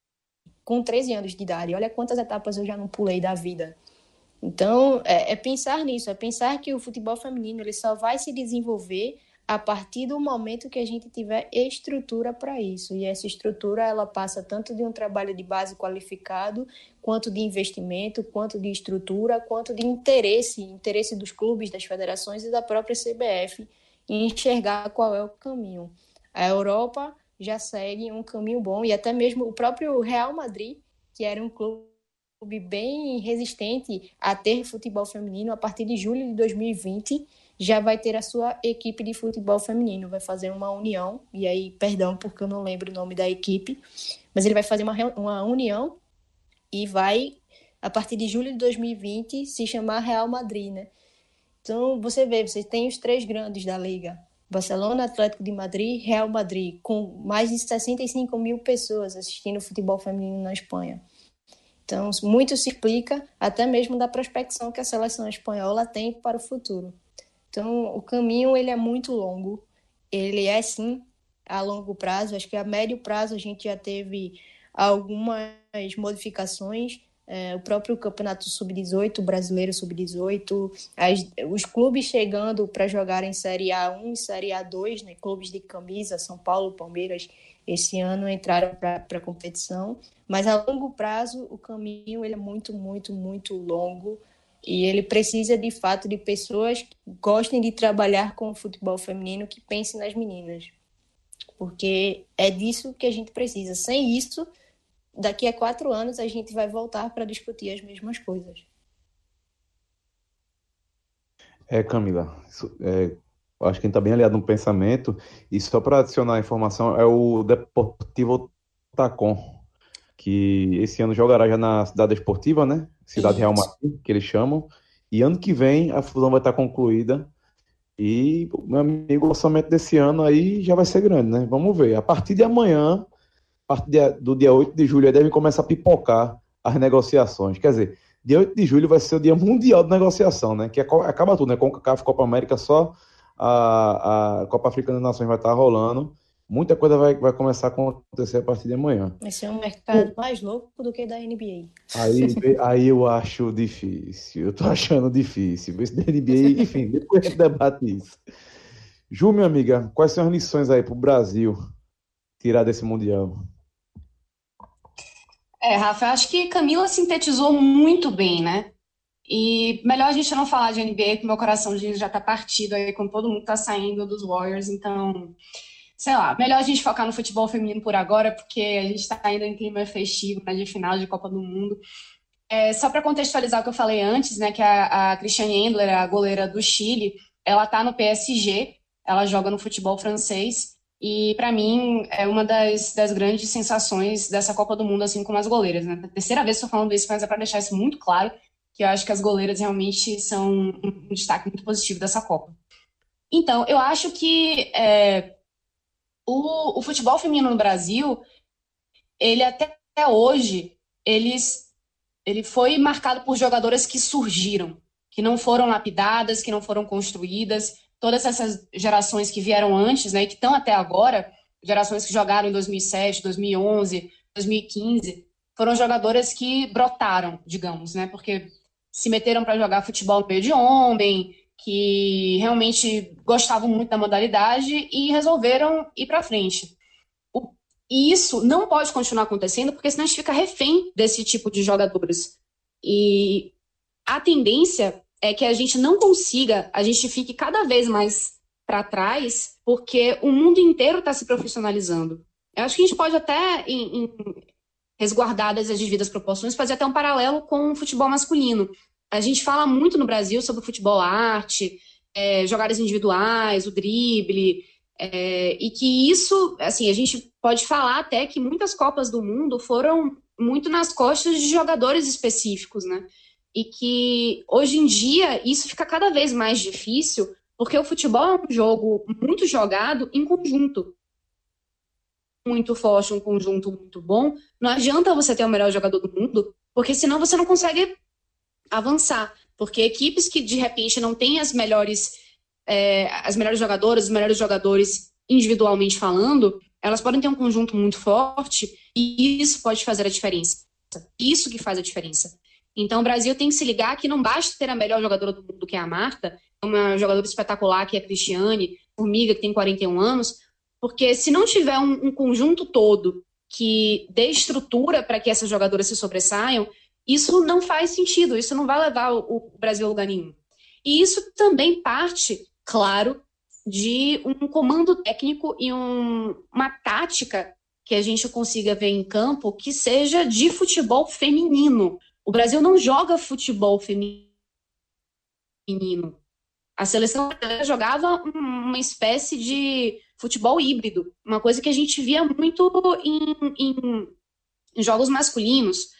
com 13 anos de idade. Olha quantas etapas eu já não pulei da vida. Então, é pensar nisso. É pensar que o futebol feminino ele só vai se desenvolver a partir do momento que a gente tiver estrutura para isso. E essa estrutura ela passa tanto de um trabalho de base qualificado, quanto de investimento, quanto de estrutura, quanto de interesse dos clubes, das federações e da própria CBF em enxergar qual é o caminho. A Europa já segue um caminho bom, e até mesmo o próprio Real Madrid, que era um clube clube bem resistente a ter futebol feminino. A partir de julho de 2020, já vai ter a sua equipe de futebol feminino. Vai fazer uma união, e aí, perdão, porque eu não lembro o nome da equipe, mas ele vai fazer uma união e vai, a partir de julho de 2020, se chamar Real Madrid, né? Então, você tem os 3 grandes da Liga: Barcelona, Atlético de Madrid, Real Madrid, com mais de 65 mil pessoas assistindo futebol feminino na Espanha. Então, muito se explica até mesmo da prospecção que a seleção espanhola tem para o futuro. Então, o caminho ele é muito longo. Ele é, sim, a longo prazo. Acho que a médio prazo a gente já teve algumas modificações. O próprio Campeonato Sub-18, o Brasileiro Sub-18, os clubes chegando para jogar em Série A1 e Série A2, né? Clubes de camisa, São Paulo, Palmeiras, esse ano entraram para a competição. Mas a longo prazo, o caminho ele é muito, muito, muito longo. E ele precisa, de fato, de pessoas que gostem de trabalhar com o futebol feminino, que pensem nas meninas. Porque é disso que a gente precisa. Sem isso, daqui a 4 anos, a gente vai voltar para discutir as mesmas coisas. Camila, acho que a gente está bem aliado no pensamento. E só para adicionar a informação, é o Deportivo Tacon, que esse ano jogará já na Cidade Esportiva, né? Cidade Real Madrid, que eles chamam. E ano que vem a fusão vai estar concluída. E, meu amigo, o orçamento desse ano aí já vai ser grande, né? Vamos ver. A partir de amanhã, do dia 8 de julho, aí devem começar a pipocar as negociações. Quer dizer, dia 8 de julho vai ser o dia mundial de negociação, né? Que acaba tudo, né? CONCACAF, Copa América, só a Copa Africana das Nações vai estar rolando. Muita coisa vai começar a acontecer a partir de amanhã. Vai ser um mercado mais louco do que da NBA. Aí eu acho difícil. Eu tô achando difícil. Esse da NBA, enfim, depois a gente debate isso. Ju, minha amiga, quais são as lições aí pro Brasil tirar desse Mundial? Rafa, eu acho que Camila sintetizou muito bem, né? E melhor a gente não falar de NBA, que meu coraçãozinho já tá partido aí, com todo mundo tá saindo dos Warriors, então... Sei lá, melhor a gente focar no futebol feminino por agora, porque a gente está ainda em clima festivo, né, de final de Copa do Mundo. Só para contextualizar o que eu falei antes, né, que a Christiane Endler, a goleira do Chile, ela está no PSG, ela joga no futebol francês, e para mim é uma das grandes sensações dessa Copa do Mundo, assim como as goleiras, né? A terceira vez que estou falando isso, mas é para deixar isso muito claro, que eu acho que as goleiras realmente são um destaque muito positivo dessa Copa. Então, eu acho que... O futebol feminino no Brasil, ele até hoje, ele foi marcado por jogadoras que surgiram, que não foram lapidadas, que não foram construídas. Todas essas gerações que vieram antes, né, e que estão até agora, gerações que jogaram em 2007, 2011, 2015, foram jogadoras que brotaram, digamos, né, porque se meteram para jogar futebol no meio de homem, que realmente gostavam muito da modalidade e resolveram ir para frente. E isso não pode continuar acontecendo, porque senão a gente fica refém desse tipo de jogadores. E a tendência é que a gente não consiga, a gente fique cada vez mais para trás, porque o mundo inteiro está se profissionalizando. Eu acho que a gente pode até, resguardadas as devidas proporções, fazer até um paralelo com o futebol masculino. A gente fala muito no Brasil sobre o futebol arte, jogadas individuais, o drible, e que isso, assim, a gente pode falar até que muitas Copas do Mundo foram muito nas costas de jogadores específicos, né? E que hoje em dia isso fica cada vez mais difícil, porque o futebol é um jogo muito jogado em conjunto. Muito forte, um conjunto muito bom. Não adianta você ter o melhor jogador do mundo, porque senão você não consegue avançar, porque equipes que de repente não têm as melhores jogadoras, os melhores jogadores individualmente falando, elas podem ter um conjunto muito forte e isso pode fazer a diferença. Isso que faz a diferença. Então o Brasil tem que se ligar que não basta ter a melhor jogadora do mundo, que é a Marta, uma jogadora espetacular que é a Cristiane, Formiga, que tem 41 anos, porque se não tiver um conjunto todo que dê estrutura para que essas jogadoras se sobressaiam, isso não faz sentido, isso não vai levar o Brasil a lugar nenhum. E isso também parte, claro, de um comando técnico e uma tática que a gente consiga ver em campo que seja de futebol feminino. O Brasil não joga futebol feminino. A seleção brasileira jogava uma espécie de futebol híbrido, uma coisa que a gente via muito em jogos masculinos.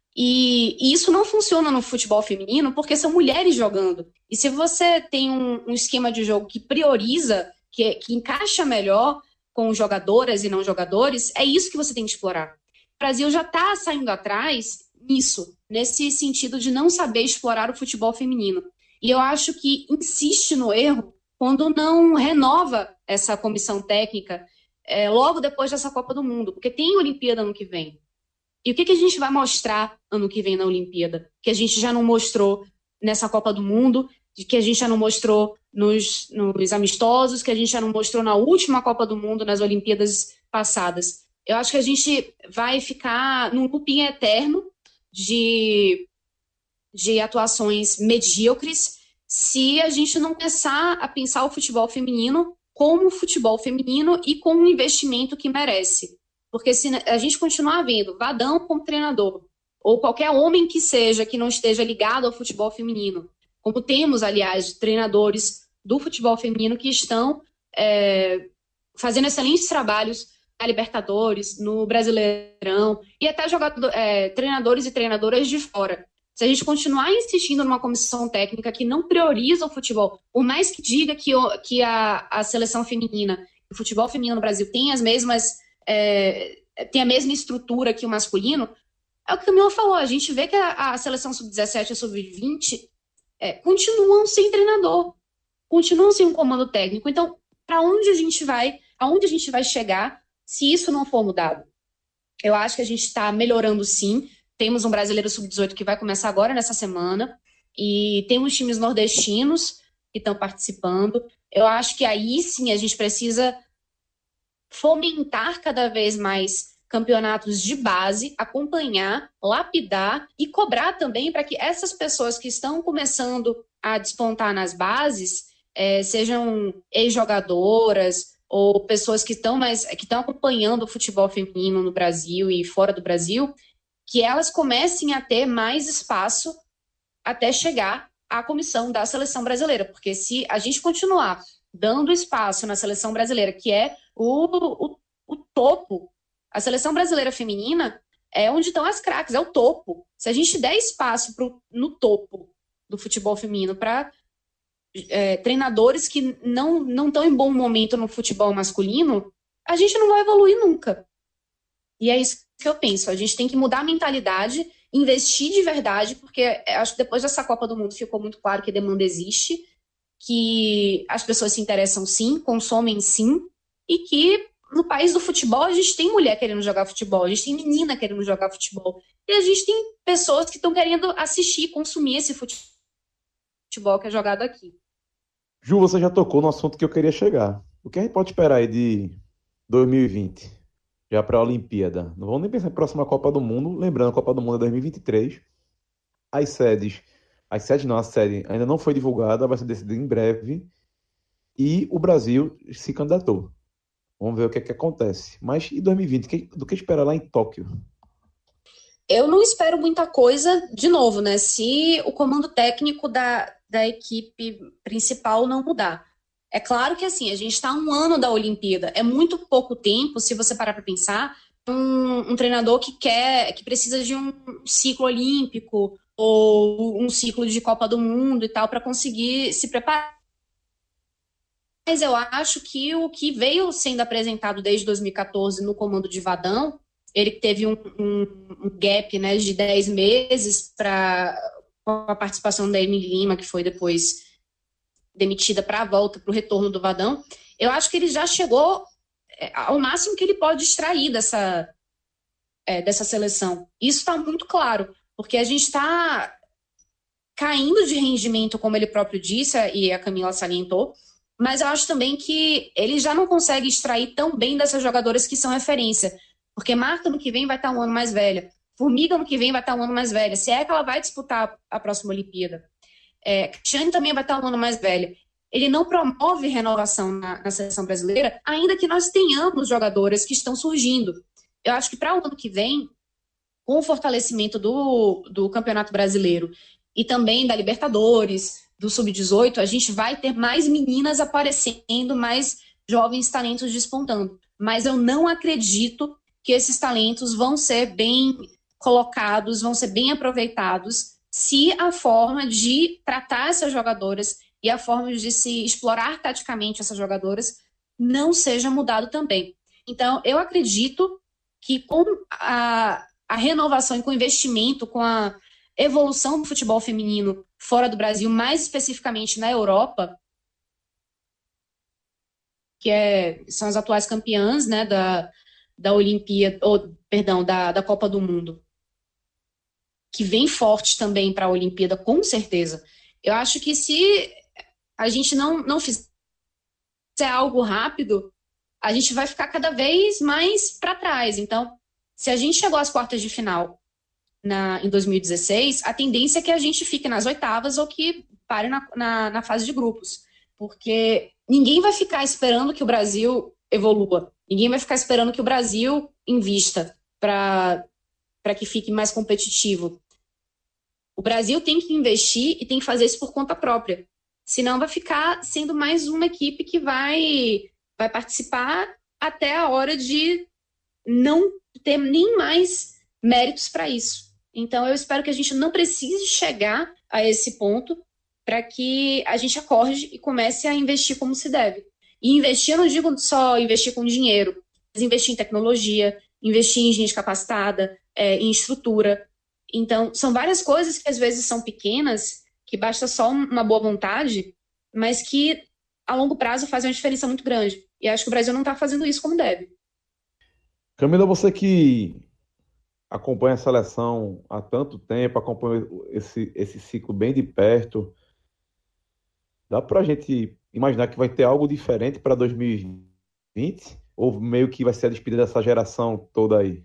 E isso não funciona no futebol feminino porque são mulheres jogando. E se você tem um esquema de jogo que prioriza, que encaixa melhor com jogadoras e não jogadores, é isso que você tem que explorar. O Brasil já está saindo atrás nisso, nesse sentido de não saber explorar o futebol feminino. E eu acho que insiste no erro quando não renova essa comissão técnica logo depois dessa Copa do Mundo, porque tem Olimpíada ano que vem. E o que a gente vai mostrar ano que vem na Olimpíada? Que a gente já não mostrou nessa Copa do Mundo, que a gente já não mostrou nos amistosos, que a gente já não mostrou na última Copa do Mundo, nas Olimpíadas passadas. Eu acho que a gente vai ficar num looping eterno de atuações medíocres se a gente não começar a pensar o futebol feminino como futebol feminino e com um investimento que merece. Porque se a gente continuar vendo Vadão como treinador, ou qualquer homem que seja que não esteja ligado ao futebol feminino, como temos, aliás, treinadores do futebol feminino que estão fazendo excelentes trabalhos na Libertadores, no Brasileirão, e até treinadores e treinadoras de fora. Se a gente continuar insistindo numa comissão técnica que não prioriza o futebol, por mais que diga que a seleção feminina, o futebol feminino no Brasil tem tem a mesma estrutura que o masculino, é o que o Camila falou, a gente vê que a seleção sub-17 e sub-20 continuam sem treinador, continuam sem um comando técnico. Então, para onde a gente vai chegar se isso não for mudado? Eu acho que a gente está melhorando sim. Temos um brasileiro sub-18 que vai começar agora nessa semana, e temos times nordestinos que estão participando. Eu acho que aí sim a gente precisa fomentar cada vez mais campeonatos de base, acompanhar, lapidar e cobrar também para que essas pessoas que estão começando a despontar nas bases, sejam ex-jogadoras ou pessoas que estão acompanhando o futebol feminino no Brasil e fora do Brasil, que elas comecem a ter mais espaço até chegar à comissão da seleção brasileira. Porque se a gente continuar dando espaço na seleção brasileira, que é o topo, a seleção brasileira feminina é onde estão as craques, é o topo. Se a gente der espaço no topo do futebol feminino para treinadores que não estão em bom momento no futebol masculino, a gente não vai evoluir nunca. E é isso que eu penso. A gente tem que mudar a mentalidade, investir de verdade, porque acho que depois dessa Copa do Mundo ficou muito claro que a demanda existe, que as pessoas se interessam sim, consomem sim, e que no país do futebol a gente tem mulher querendo jogar futebol, a gente tem menina querendo jogar futebol, e a gente tem pessoas que estão querendo assistir, consumir esse futebol que é jogado aqui. Ju, você já tocou no assunto que eu queria chegar. O que a gente pode esperar aí de 2020, já para a Olimpíada? Não vamos nem pensar em próxima Copa do Mundo, lembrando, a Copa do Mundo é 2023, a sede ainda não foi divulgada, vai ser decidida em breve, e o Brasil se candidatou. Vamos ver o que é que acontece. Mas e 2020? Do que esperar lá em Tóquio? Eu não espero muita coisa, de novo, né? Se o comando técnico da equipe principal não mudar. É claro que, assim, a gente está um ano da Olimpíada. É muito pouco tempo, se você parar para pensar, um treinador que precisa de um ciclo olímpico ou um ciclo de Copa do Mundo e tal, para conseguir se preparar. Mas eu acho que o que veio sendo apresentado desde 2014 no comando de Vadão, ele teve um gap, né, de 10 meses com a participação da Emily Lima, que foi depois demitida para a volta, para o retorno do Vadão. Eu acho que ele já chegou ao máximo que ele pode extrair dessa seleção. Isso está muito claro, porque a gente está caindo de rendimento, como ele próprio disse, e a Camila salientou, mas eu acho também que ele já não consegue extrair tão bem dessas jogadoras que são referência, porque Marta no que vem vai estar um ano mais velha, Formiga no que vem vai estar um ano mais velha, se é que ela vai disputar a próxima Olimpíada. Cristiane também vai estar um ano mais velha. Ele não promove renovação na seleção brasileira, ainda que nós tenhamos jogadoras que estão surgindo. Eu acho que para o ano que vem, com o fortalecimento do Campeonato Brasileiro e também da Libertadores, do Sub-18, a gente vai ter mais meninas aparecendo, mais jovens talentos despontando. Mas eu não acredito que esses talentos vão ser bem colocados, vão ser bem aproveitados, se a forma de tratar essas jogadoras e a forma de se explorar taticamente essas jogadoras não seja mudado também. Então, eu acredito que com a renovação e com o investimento, com a evolução do futebol feminino fora do Brasil, mais especificamente na Europa, são as atuais campeãs, né, da Olimpíada, da Copa do Mundo, que vem forte também para a Olimpíada, com certeza. Eu acho que se a gente não fizer algo rápido, a gente vai ficar cada vez mais para trás. Então, se a gente chegou às quartas de final em 2016, a tendência é que a gente fique nas oitavas ou que pare na fase de grupos. Porque ninguém vai ficar esperando que o Brasil evolua. Ninguém vai ficar esperando que o Brasil invista para que fique mais competitivo. O Brasil tem que investir e tem que fazer isso por conta própria. Senão vai ficar sendo mais uma equipe que vai participar até a hora de não ter nem mais méritos para isso. Então, eu espero que a gente não precise chegar a esse ponto para que a gente acorde e comece a investir como se deve. E investir, eu não digo só investir com dinheiro, mas investir em tecnologia, investir em gente capacitada, em estrutura. Então, são várias coisas que às vezes são pequenas, que basta só uma boa vontade, mas que a longo prazo fazem uma diferença muito grande. E acho que o Brasil não está fazendo isso como deve. Camila, você que acompanha a seleção há tanto tempo, acompanha esse ciclo bem de perto, dá para a gente imaginar que vai ter algo diferente para 2020? Ou meio que vai ser a despedida dessa geração toda aí?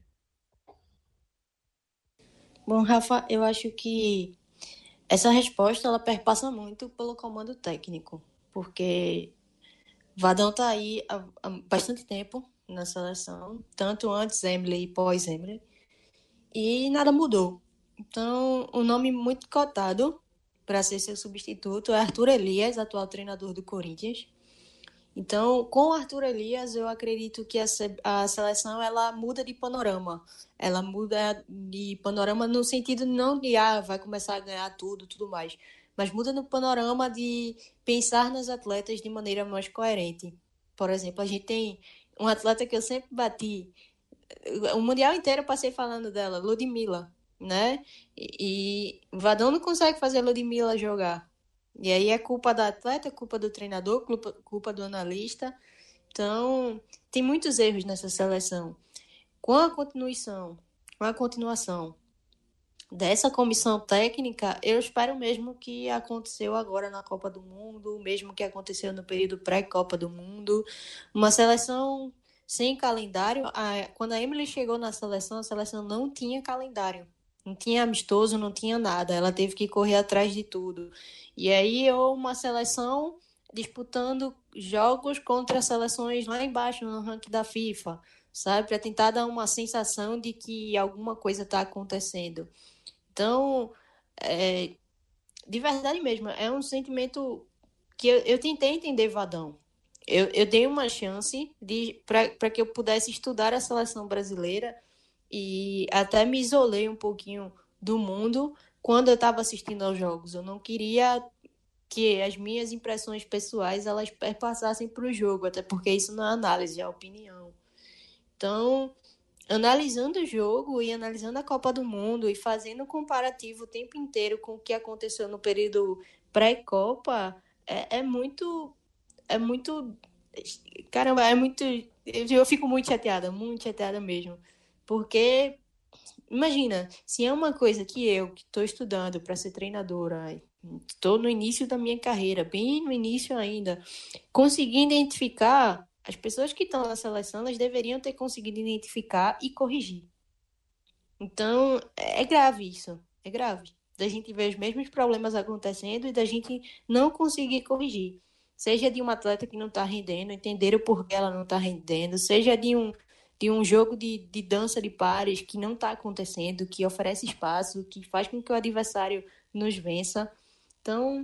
Bom, Rafa, eu acho que essa resposta ela perpassa muito pelo comando técnico, porque Vadão tá aí há bastante tempo na seleção, tanto antes Emily e pós Emily, e nada mudou. Então, o nome muito cotado para ser seu substituto é Arthur Elias, atual treinador do Corinthians. Então, com o Arthur Elias, eu acredito que a seleção ela muda de panorama. Ela muda de panorama no sentido não de vai começar a ganhar tudo mais, mas muda no panorama de pensar nas atletas de maneira mais coerente. Por exemplo, a gente tem um atleta que eu sempre bati, o Mundial inteiro eu passei falando dela, Ludmilla, né? E Vadão não consegue fazer a Ludmilla jogar. E aí é culpa da atleta, culpa do treinador, culpa do analista. Então, tem muitos erros nessa seleção. Com a continuação dessa comissão técnica, eu espero mesmo que aconteceu agora na Copa do Mundo, mesmo que aconteceu no período pré-Copa do Mundo, uma seleção sem calendário. Quando a Emily chegou na seleção, a seleção não tinha calendário. Não tinha amistoso, não tinha nada. Ela teve que correr atrás de tudo. E aí, uma seleção disputando jogos contra seleções lá embaixo no ranking da FIFA, sabe? Para tentar dar uma sensação de que alguma coisa está acontecendo. Então, de verdade mesmo, é um sentimento que eu tentei entender Vadão. Eu dei uma chance para que eu pudesse estudar a seleção brasileira e até me isolei um pouquinho do mundo quando eu estava assistindo aos jogos. Eu não queria que as minhas impressões pessoais elas passassem para o jogo, até porque isso não é análise, é opinião. Então, analisando o jogo e analisando a Copa do Mundo e fazendo um comparativo o tempo inteiro com o que aconteceu no período pré-Copa, é muito... Caramba, é muito... Eu fico muito chateada mesmo. Porque, imagina, se é uma coisa que estou estudando para ser treinadora, estou no início da minha carreira, bem no início ainda, consegui identificar as pessoas que estão na seleção, elas deveriam ter conseguido identificar e corrigir. Então, é grave isso, é grave. Da gente ver os mesmos problemas acontecendo e da gente não conseguir corrigir. Seja de uma atleta que não está rendendo, entender o porquê ela não está rendendo, seja de de um jogo de dança de pares que não está acontecendo, que oferece espaço, que faz com que o adversário nos vença. Então,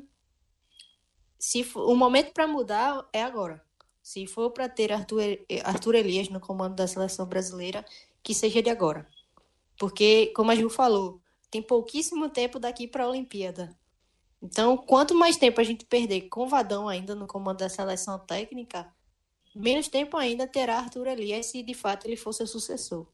o momento para mudar é agora. Se for para ter Arthur Elias no comando da seleção brasileira, que seja de agora. Porque, como a Ju falou, tem pouquíssimo tempo daqui para a Olimpíada. Então, quanto mais tempo a gente perder com Vadão ainda no comando da seleção técnica, menos tempo ainda terá Arthur Elias se de fato ele for seu sucessor.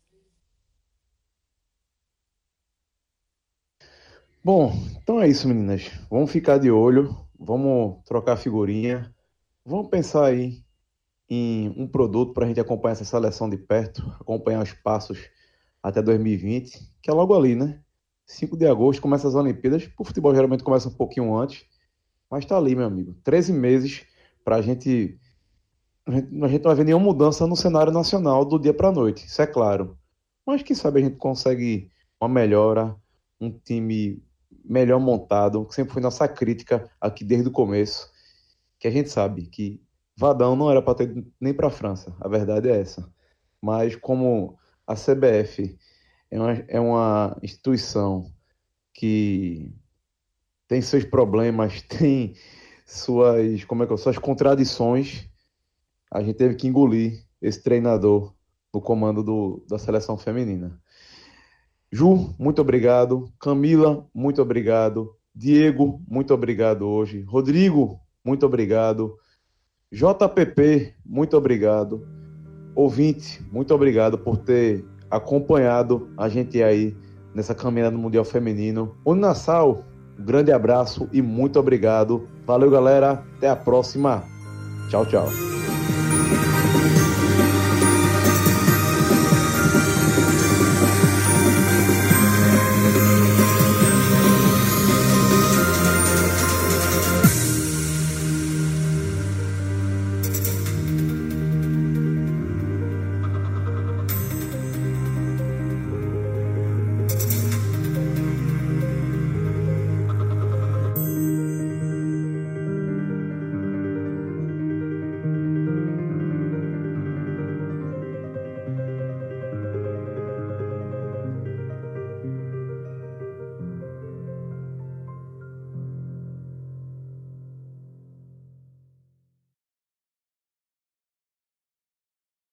Bom, então é isso, meninas. Vamos ficar de olho, vamos trocar figurinha, vamos pensar aí em um produto para a gente acompanhar essa seleção de perto, acompanhar os passos até 2020, que é logo ali, né? 5 de agosto começa as Olimpíadas. O futebol geralmente começa um pouquinho antes, mas tá ali, meu amigo. 13 meses para a gente não vai ver nenhuma mudança no cenário nacional do dia para a noite, isso é claro. Mas quem sabe a gente consegue uma melhora, um time melhor montado, que sempre foi nossa crítica aqui desde o começo, que a gente sabe que Vadão não era para ter nem para a França, a verdade é essa. Mas como a CBF é uma instituição que tem seus problemas, tem suas contradições, a gente teve que engolir esse treinador no comando da seleção feminina. Ju, muito obrigado. Camila, muito obrigado. Diego, muito obrigado hoje. Rodrigo, muito obrigado. JPP, muito obrigado. Ouvinte, muito obrigado por ter acompanhado a gente aí nessa caminhada no Mundial Feminino. Uninassal, um grande abraço e muito obrigado. Valeu, galera. Até a próxima. Tchau, tchau.